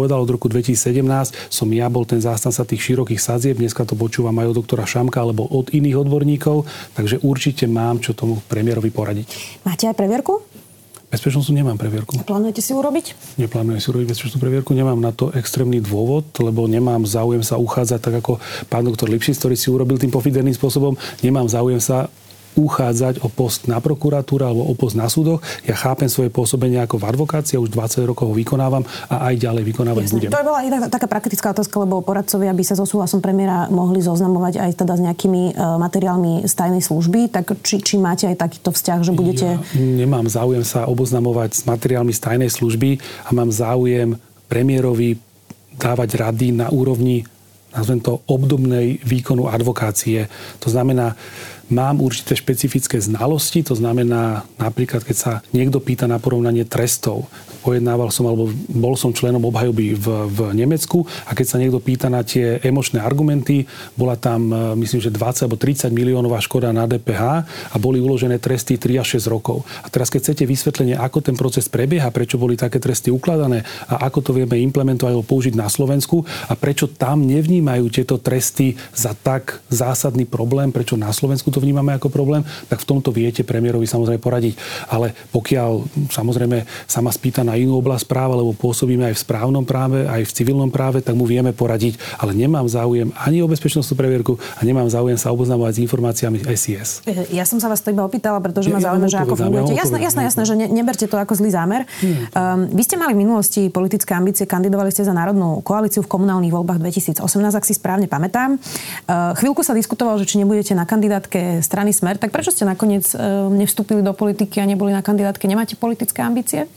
2017 som ja bol ten zástanca tých širokých sadzieb, dneska to počúvam aj od doktora Šamka alebo od iných odborníkov, takže určite mám čo tomu premiérovi poradiť. Máte aj previerku? Bezpečnostnú nemám previerku. Plánujete si urobiť? Neplánujem si urobiť bezpečnostnú previerku, nemám na to extrémny dôvod, lebo nemám záujem sa uchádzať tak ako pán doktor Lipšic, ktorý si urobil tým pofiderným spôsobom. Nemám záujem sa uchádzať o post na prokuratúre alebo o post na súdoch. Ja chápem svoje pôsobenie ako v advokácii, už 20 rokov ho vykonávam a aj ďalej vykonávať budem. To bola aj taká praktická otázka, lebo poradcovia by sa so súhlasom premiéra mohli zoznamovať aj teda s nejakými materiálmi z tajnej služby, tak či máte aj takýto vzťah, že budete... Ja nemám záujem sa oboznamovať s materiálmi z tajnej služby a mám záujem premiérovi dávať rady na úrovni, nazvem to, obdobnej výkonu advokácie. To znamená, mám určité špecifické znalosti, to znamená napríklad, keď sa niekto pýta na porovnanie trestov. Pojednával som, alebo bol som členom obhajoby v Nemecku a keď sa niekto pýta na tie emočné argumenty, bola tam, myslím, že 20 alebo 30 miliónová škoda na DPH a boli uložené tresty 3 až 6 rokov. A teraz, keď chcete vysvetlenie, ako ten proces prebieha, prečo boli také tresty ukladané a ako to vieme implementovať alebo použiť na Slovensku a prečo tam nevnímajú tieto tresty za tak zásadný problém, prečo na Slovensku to vnímame ako problém, tak v tomto viete premiérovi samozrejme poradiť. Ale pokiaľ samozrejme sa ma spýta na inú oblasť práva, lebo pôsobíme aj v správnom práve, aj v civilnom práve, tak mu vieme poradiť. Ale nemám záujem ani o bezpečnostnú previerku a nemám záujem sa oboznamovať s informáciami SIS. Ja som sa vás to iba opýtala, pretože ma zaujíma, že ako fungujete. Jasné, že neberte to ako zlý zámer. Vy ste mali v minulosti politické ambície, kandidovali ste za Národnú koalíciu v komunálnych voľbách 2018, ak si správne pamätám. Chvíľku sa diskutovalo, že či nebudete na kandidátke strany Smer, tak prečo ste nakoniec nevstúpili do politiky a neboli na kandidátke? Nemáte politické ambície?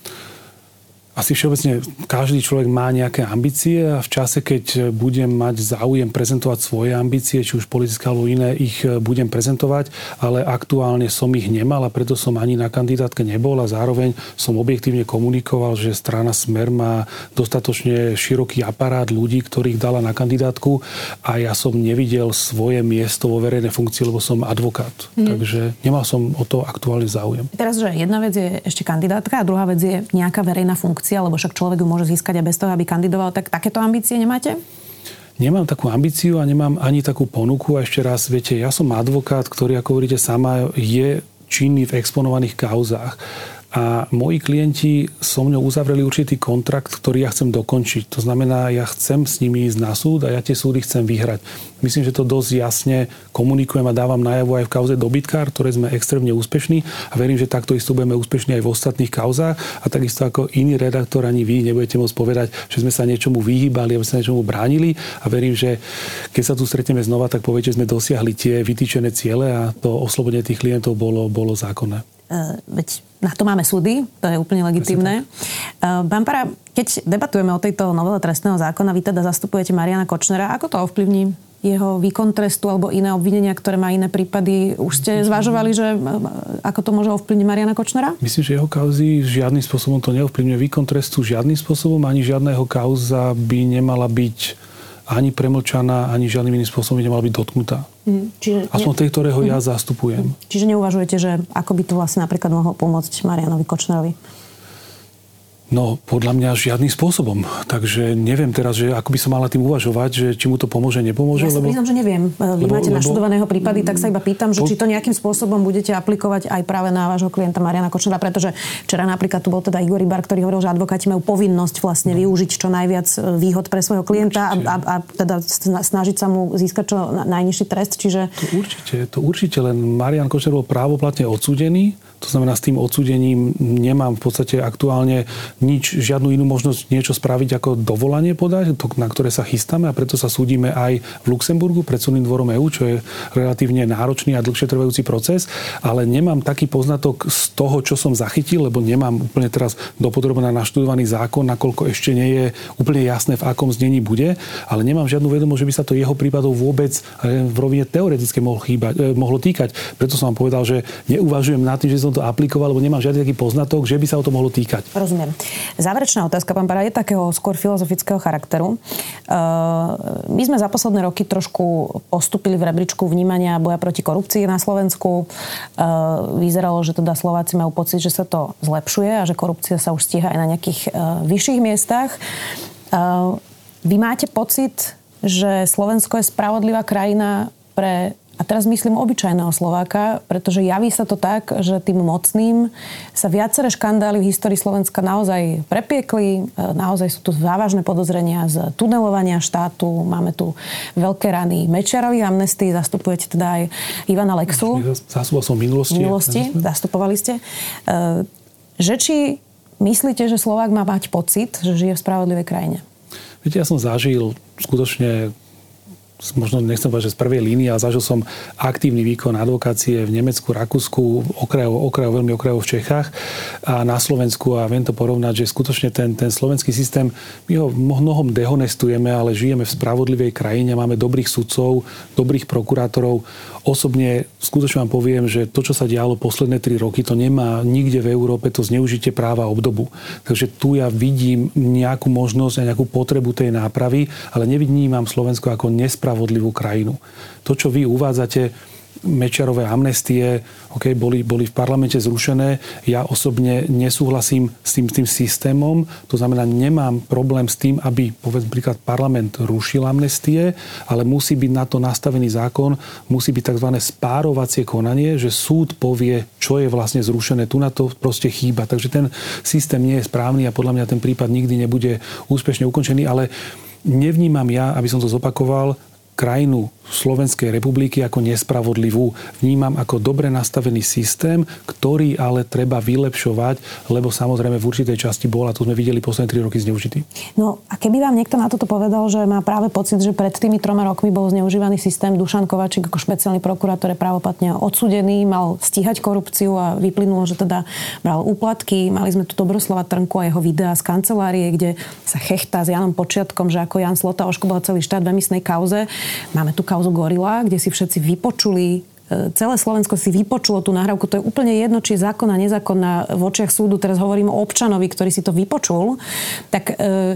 Asi všeobecne každý človek má nejaké ambície a v čase, keď budem mať záujem prezentovať svoje ambície, či už politické alebo iné, ich budem prezentovať, ale aktuálne som ich nemal a preto som ani na kandidátke nebol a zároveň som objektívne komunikoval, že strana Smer má dostatočne široký aparát ľudí, ktorých dala na kandidátku a ja som nevidel svoje miesto vo verejnej funkcii, lebo som advokát. Takže nemal som o to aktuálny záujem. Teraz, že jedna vec je ešte kandidátka a druhá vec je nejaká verejná funkcia, lebo však človek ju môže získať aj bez toho, aby kandidoval, tak takéto ambície nemáte? Nemám takú ambíciu a nemám ani takú ponuku. A ešte raz, viete, ja som advokát, ktorý, ako hovoríte sama, je činný v exponovaných kauzách. a moji klienti so mnou uzavreli určitý kontrakt, ktorý ja chcem dokončiť. To znamená, ja chcem s nimi ísť na súd a ja tie súdy chcem vyhrať. Myslím, že to dosť jasne komunikujem a dávam najavo aj v kauze dobytkár, ktoré sme extrémne úspešní a verím, že takto isto budeme úspešní aj v ostatných kauzách a takisto ako iný redaktor ani vy nebudete môcť povedať, že sme sa niečomu vyhýbali, aby sa niečomu bránili a verím, že keď sa tu stretneme znova, tak poviete, že sme dosiahli tie vytýčené ciele a to oslobodenie tých klientov bolo zákonné. Veď na to máme súdy, to je úplne legitímne. Pán Para, keď debatujeme o tejto novele trestného zákona, vy teda zastupujete Mariana Kočnera, ako to ovplyvní jeho výkon trestu alebo iné obvinenia, ktoré má iné prípady? Už ste zvažovali, že ako to môže ovplyvniť Mariana Kočnera? Myslím, že jeho kauzy žiadnym spôsobom to neovplyvňuje. Výkon trestu žiadnym spôsobom, ani žiadna jeho kauza by nemala byť ani premlčaná, ani žiadnym iným spôsobom nemala byť dotknutá. Aspoň tej, ktorého ja zastupujem. Čiže neuvažujete, že ako by to vlastne napríklad mohlo pomôcť Marianovi Kočnerovi? No, podľa mňa žiadnym spôsobom. Takže neviem teraz, že ako by som mala tým uvažovať, že či mu to pomôže, nepomôže. Ja sa priznám, že neviem. Vy máte naštudovaného prípady, tak sa iba pýtam, že či to nejakým spôsobom budete aplikovať aj práve na vášho klienta Mariana Kočnera, pretože včera napríklad tu bol teda Igor Rybar, ktorý hovoril, že advokáti majú povinnosť vlastne využiť čo najviac výhod pre svojho klienta a teda snažiť sa mu získať čo najnižší trest. Čiže... To určite, len Marian Kočner bol právoplatne odsúdený. To znamená, s tým odsúdením nemám v podstate aktuálne žiadnu inú možnosť niečo spraviť ako dovolanie podať, na ktoré sa chystáme a preto sa súdime aj v Luxemburgu pred súdnym dvorom EÚ, čo je relatívne náročný a dlhšie trvajúci proces, ale nemám taký poznatok z toho, čo som zachytil, lebo nemám úplne teraz dopodrobne naštudovaný zákon, nakoľko ešte nie je úplne jasné, v akom znení bude, ale nemám žiadnu vedomosť, že by sa to jeho prípadov vôbec v rovine teoretické mohlo týkať. Preto som vám povedal, že neuvažujem nad tým, že som to aplikoval, lebo nemám žiadny taký poznatok, že by sa o to mohlo týkať. Rozumiem. Záverečná otázka, pán Para, je takého skôr filozofického charakteru. My sme za posledné roky trošku postupili v rebríčku vnímania boja proti korupcii na Slovensku. Vyzeralo, že teda Slováci majú pocit, že sa to zlepšuje a že korupcia sa už stíha aj na nejakých vyšších miestach. Vy máte pocit, že Slovensko je spravodlivá krajina pre... A teraz myslím obyčajného Slováka, pretože javí sa to tak, že tým mocným sa viaceré škandály v histórii Slovenska naozaj prepiekli. Naozaj sú tu závažné podozrenia z tunelovania štátu. Máme tu veľké rany Mečiarových amnestií. Zastupujete teda aj Ivana Lexu. Zastupoval som v minulosti. Zastupovali ste. Že či myslíte, že Slovák má mať pocit, že žije v spravodlivej krajine? Viete, ja som zažil skutočne možno nechcem povedať, že z prvej línie, ale zažil som aktívny výkon advokácie v Nemecku, Rakúsku, veľmi okrajovo v Čechách a na Slovensku a viem to porovnať, že skutočne ten slovenský systém, my ho mnohom dehonestujeme, ale žijeme v spravodlivej krajine, máme dobrých sudcov, dobrých prokurátorov. Osobne skutočne vám poviem, že to, čo sa dialo posledné 3 roky, to nemá nikde v Európe to zneužitie práva obdobu. Takže tu ja vidím nejakú možnosť a nejakú potrebu tej nápravy, ale nevnímam Slovensko ako nespravodlivú krajinu. To, čo vy uvádzate, Mečiarové amnestie, boli v parlamente zrušené. Ja osobne nesúhlasím s tým systémom. To znamená, nemám problém s tým, aby, povedzme, príklad parlament rušil amnestie, ale musí byť na to nastavený zákon, musí byť tzv. Spárovacie konanie, že súd povie, čo je vlastne zrušené. Tu na to proste chýba. Takže ten systém nie je správny a podľa mňa ten prípad nikdy nebude úspešne ukončený, ale nevnímam ja, aby som to zopakoval, krajinu Slovenskej republiky ako nespravodlivú. Vnímam ako dobre nastavený systém, ktorý ale treba vylepšovať, lebo samozrejme v určitej časti bol, a tu sme videli posledné 3 roky, zneužitý. No a keby vám niekto na toto povedal, že má práve pocit, že pred tými 3 rokmi bol zneužívaný systém, Dušan Kovačík ako špeciálny prokurátor je právoplatne odsúdený, mal stíhať korupciu a vyplynulo, že teda bral úplatky. Mali sme tu Dobroslava Trnku a jeho videá z kancelárie, kde sa chechtá s Janom Počiatkom, že ako Jan Slota oškubal celý štát v emisnej kauze. Máme tu kauzu Gorila, kde si všetci vypočuli, celé Slovensko si vypočulo tú nahrávku. To je úplne jedno, či je zákonná, nezákonná v očiach súdu. Teraz hovorím o občanovi, ktorý si to vypočul. Tak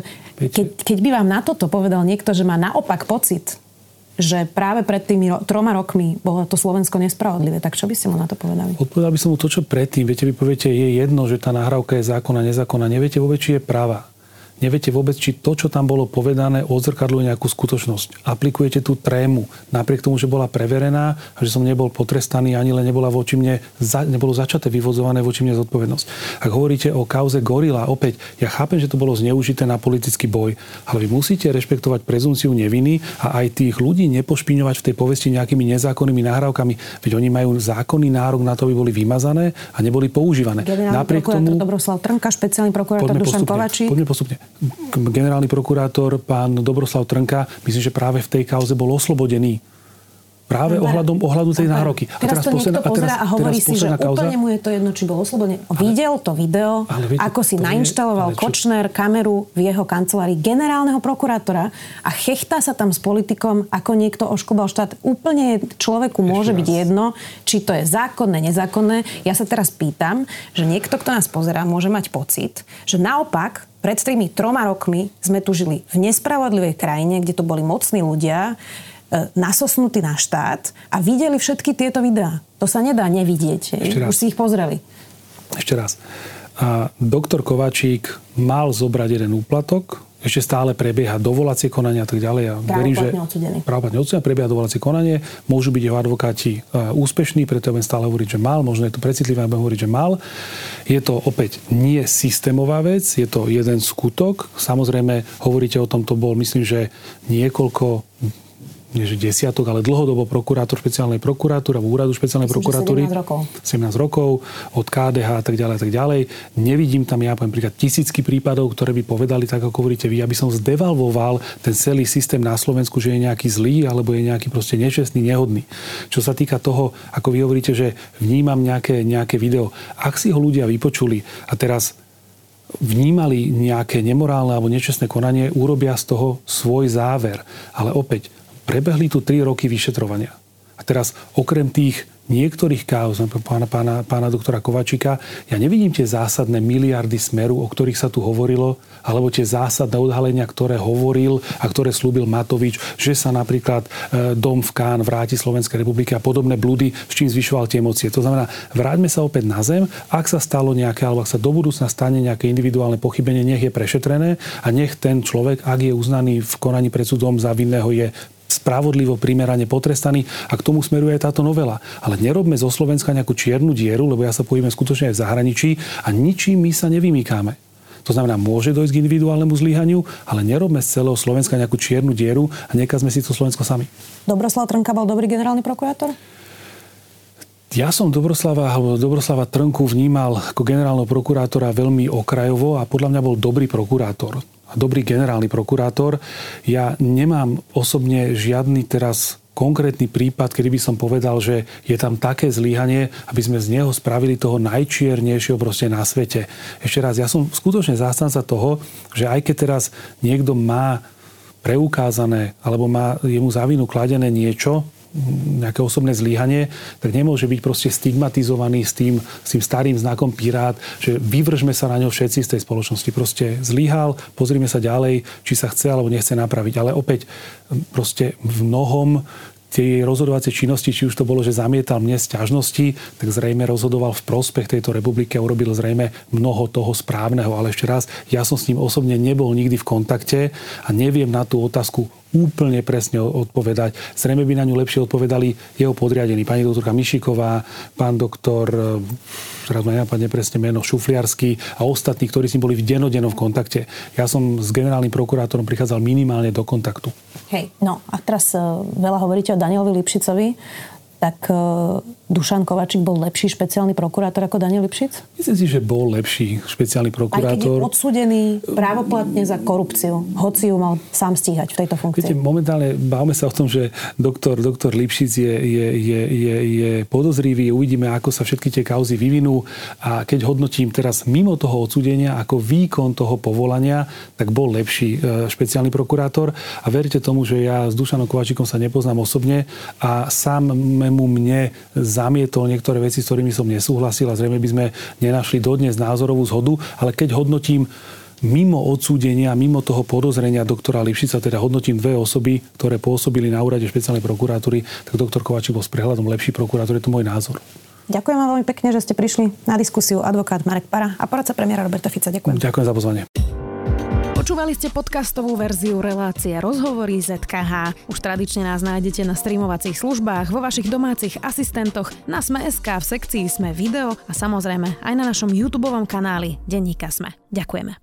keď by vám na toto povedal niekto, že má naopak pocit, že práve pred tými 3 rokmi bolo to Slovensko nespravodlivé, tak čo by ste mu na to povedali? Odpovedal by som mu to, čo predtým. Viete, vy poviete, je jedno, že tá nahrávka je zákonná, nezákonná. Neviete vôbec, či je práva. Neviete vôbec, či to, čo tam bolo povedané, odzrkadľuje nejakú skutočnosť. Aplikujete tú trému, napriek tomu, že bola preverená a že som nebol potrestaný, ani len nebola voči mne, nebolo začaté vyvodzované voči mne zodpovednosť. Ak hovoríte o kauze Gorila, opäť, ja chápem, že to bolo zneužité na politický boj, ale vy musíte rešpektovať prezumciu neviny a aj tých ľudí nepošpiňovať v tej povesti nejakými nezákonnými nahrávkami, veď oni majú zákonný nárok na to, aby boli vymazané a neboli používané. Napriek tomu Dobroslav Trnka, špeciálny prokurátor Dušan Kovačík. Poďme postupne. Generálny prokurátor pán Dobroslav Trnka, myslím, že práve v tej kauze bol oslobodený. Práve ohľadom tej nároky. Teraz to niekto pozerá a hovorí si, že úplne mu je to jedno, či bol oslobodený. Videl to video, ako si nainštaloval Kočner kameru v jeho kancelárii generálneho prokurátora a chechtá sa tam s politikom, ako niekto oškubal štát. Úplne človeku môže byť jedno, či to je zákonné, nezákonné. Ja sa teraz pýtam, že niekto, kto nás pozerá, môže mať pocit, že naopak pred 3 rokmi sme tu žili v nespravodlivej krajine, kde to boli mocní ľudia, nasosnutí na štát a videli všetky tieto videá. To sa nedá nevidieť. Už si ich pozreli. Ešte raz. Doktor Kovačík mal zobrať jeden úplatok, ešte stále prebieha dovolacie konanie a tak ďalej. Právoplatne odsudený. Prebieha dovolacie konanie. Môžu byť jeho advokáti úspešní, preto ja budem stále hovoriť, že mal. Možno je to precitlivé, budem hovoriť, že mal. Je to opäť nie systémová vec, je to jeden skutok. Samozrejme, hovoríte o tom, to bol, myslím, že niekoľko nie že desiatok, ale dlhodobo prokurátor špeciálnej prokuratúry, úradu špeciálnej prokuratúry. 17 rokov, od KDH a tak ďalej. Nevidím tam, ja poviem príklad, tisícky prípadov, ktoré by povedali, tak ako hovoríte vy, aby som zdevalvoval ten celý systém na Slovensku, že je nejaký zlý, alebo je nejaký proste nečestný, nehodný. Čo sa týka toho, ako vy hovoríte, že vnímam nejaké video. Ak si ho ľudia vypočuli a teraz vnímali nejaké nemorálne alebo nečestné konanie, urobia z toho svoj záver. Ale opäť, prebehli tu 3 roky vyšetrovania. A teraz okrem tých niektorých káuz, pána doktora Kovačíka, ja nevidím tie zásadné miliardy Smeru, o ktorých sa tu hovorilo, alebo tie zásadné odhalenia, ktoré hovoril a ktoré slúbil Matovič, že sa napríklad dom v Kán vráti Slovenskej republike a podobné blúdy, s čím zvyšoval tie emócie. To znamená, vráťme sa opäť na zem, ak sa stalo nejaké, alebo ak sa do budúcna stane nejaké individuálne pochybenie, nech je prešetrené a nech ten človek, ak je uznaný v konaní pred súdom za vinného, je spravodlivo, primerane potrestaný a k tomu smeruje aj táto novela. Ale nerobme zo Slovenska nejakú čiernu dieru, lebo ja sa pohybujem skutočne aj v zahraničí a ničím my sa nevymýkáme. To znamená, môže dojsť k individuálnemu zlyhaniu, ale nerobme z celého Slovenska nejakú čiernu dieru a nekazme si to Slovensko sami. Dobroslav Trnka bol dobrý generálny prokurátor? Ja som Dobroslava Trnku vnímal ako generálneho prokurátora veľmi okrajovo a podľa mňa bol dobrý prokurátor. Dobrý generálny prokurátor. Ja nemám osobne žiadny teraz konkrétny prípad, kedy by som povedal, že je tam také zlyhanie, aby sme z neho spravili toho najčiernejšieho proste na svete. Ešte raz, ja som skutočne zástanca toho, že aj keď teraz niekto má preukázané alebo je mu za vinu kladené niečo, nejaké osobné zlyhanie, tak nemôže byť proste stigmatizovaný s tým starým znakom pirát, že vyvržme sa na ňo všetci z tej spoločnosti. Proste zlyhal, pozrime sa ďalej, či sa chce alebo nechce napraviť. Ale opäť proste v mnohom tie rozhodovacie činnosti, či už to bolo, že zamietal mne sťažnosti, tak zrejme rozhodoval v prospech tejto republiky a urobil zrejme mnoho toho správneho. Ale ešte raz, ja som s ním osobne nebol nikdy v kontakte a neviem na tú otázku úplne presne odpovedať. Zrejme by na ňu lepšie odpovedali jeho podriadení. Pani doktorka Mišiková, pán doktor, teraz ma nenapadne presne meno, Šufliarsky a ostatní, ktorí s ním boli v dennodennom kontakte. Ja som s generálnym prokurátorom prichádzal minimálne do kontaktu. Hej, no a teraz veľa hovoríte o Danielovi Lipšicovi, tak Dušan Kovačík bol lepší špeciálny prokurátor ako Daniel Lipšic? Myslím si, že bol lepší špeciálny prokurátor. Aj keď je odsúdený právoplatne za korupciu, hoci ju mal sám stíhať v tejto funkcii. Viete, momentálne bávame sa o tom, že doktor Lipšic je podozrivý. Uvidíme, ako sa všetky tie kauzy vyvinú. A keď hodnotím teraz mimo toho odsúdenia ako výkon toho povolania, tak bol lepší špeciálny prokurátor. A verte tomu, že ja s Dušanom Kovačíkom sa nepoznám osobne a sám mne zamietol niektoré veci, s ktorými som nesúhlasil a zrejme by sme nenašli dodnes názorovú zhodu, ale keď hodnotím mimo odsúdenia, mimo toho podozrenia doktora Lipšica, teda hodnotím 2 osoby, ktoré pôsobili na úrade špeciálnej prokuratúry, tak doktor Kovačík bol s prehľadom lepší prokurátor, je to môj názor. Ďakujem vám veľmi pekne, že ste prišli na diskusiu. Advokát Marek Para a poradca premiéra Roberta Fica. Ďakujem. Ďakujem za pozvanie. Počúvali ste podcastovú verziu relácie Rozhovory ZKH. Už tradične nás nájdete na streamovacích službách, vo vašich domácich asistentoch, na Sme.sk, v sekcii Sme video a samozrejme aj na našom YouTubeovom kanáli Denníka Sme. Ďakujeme.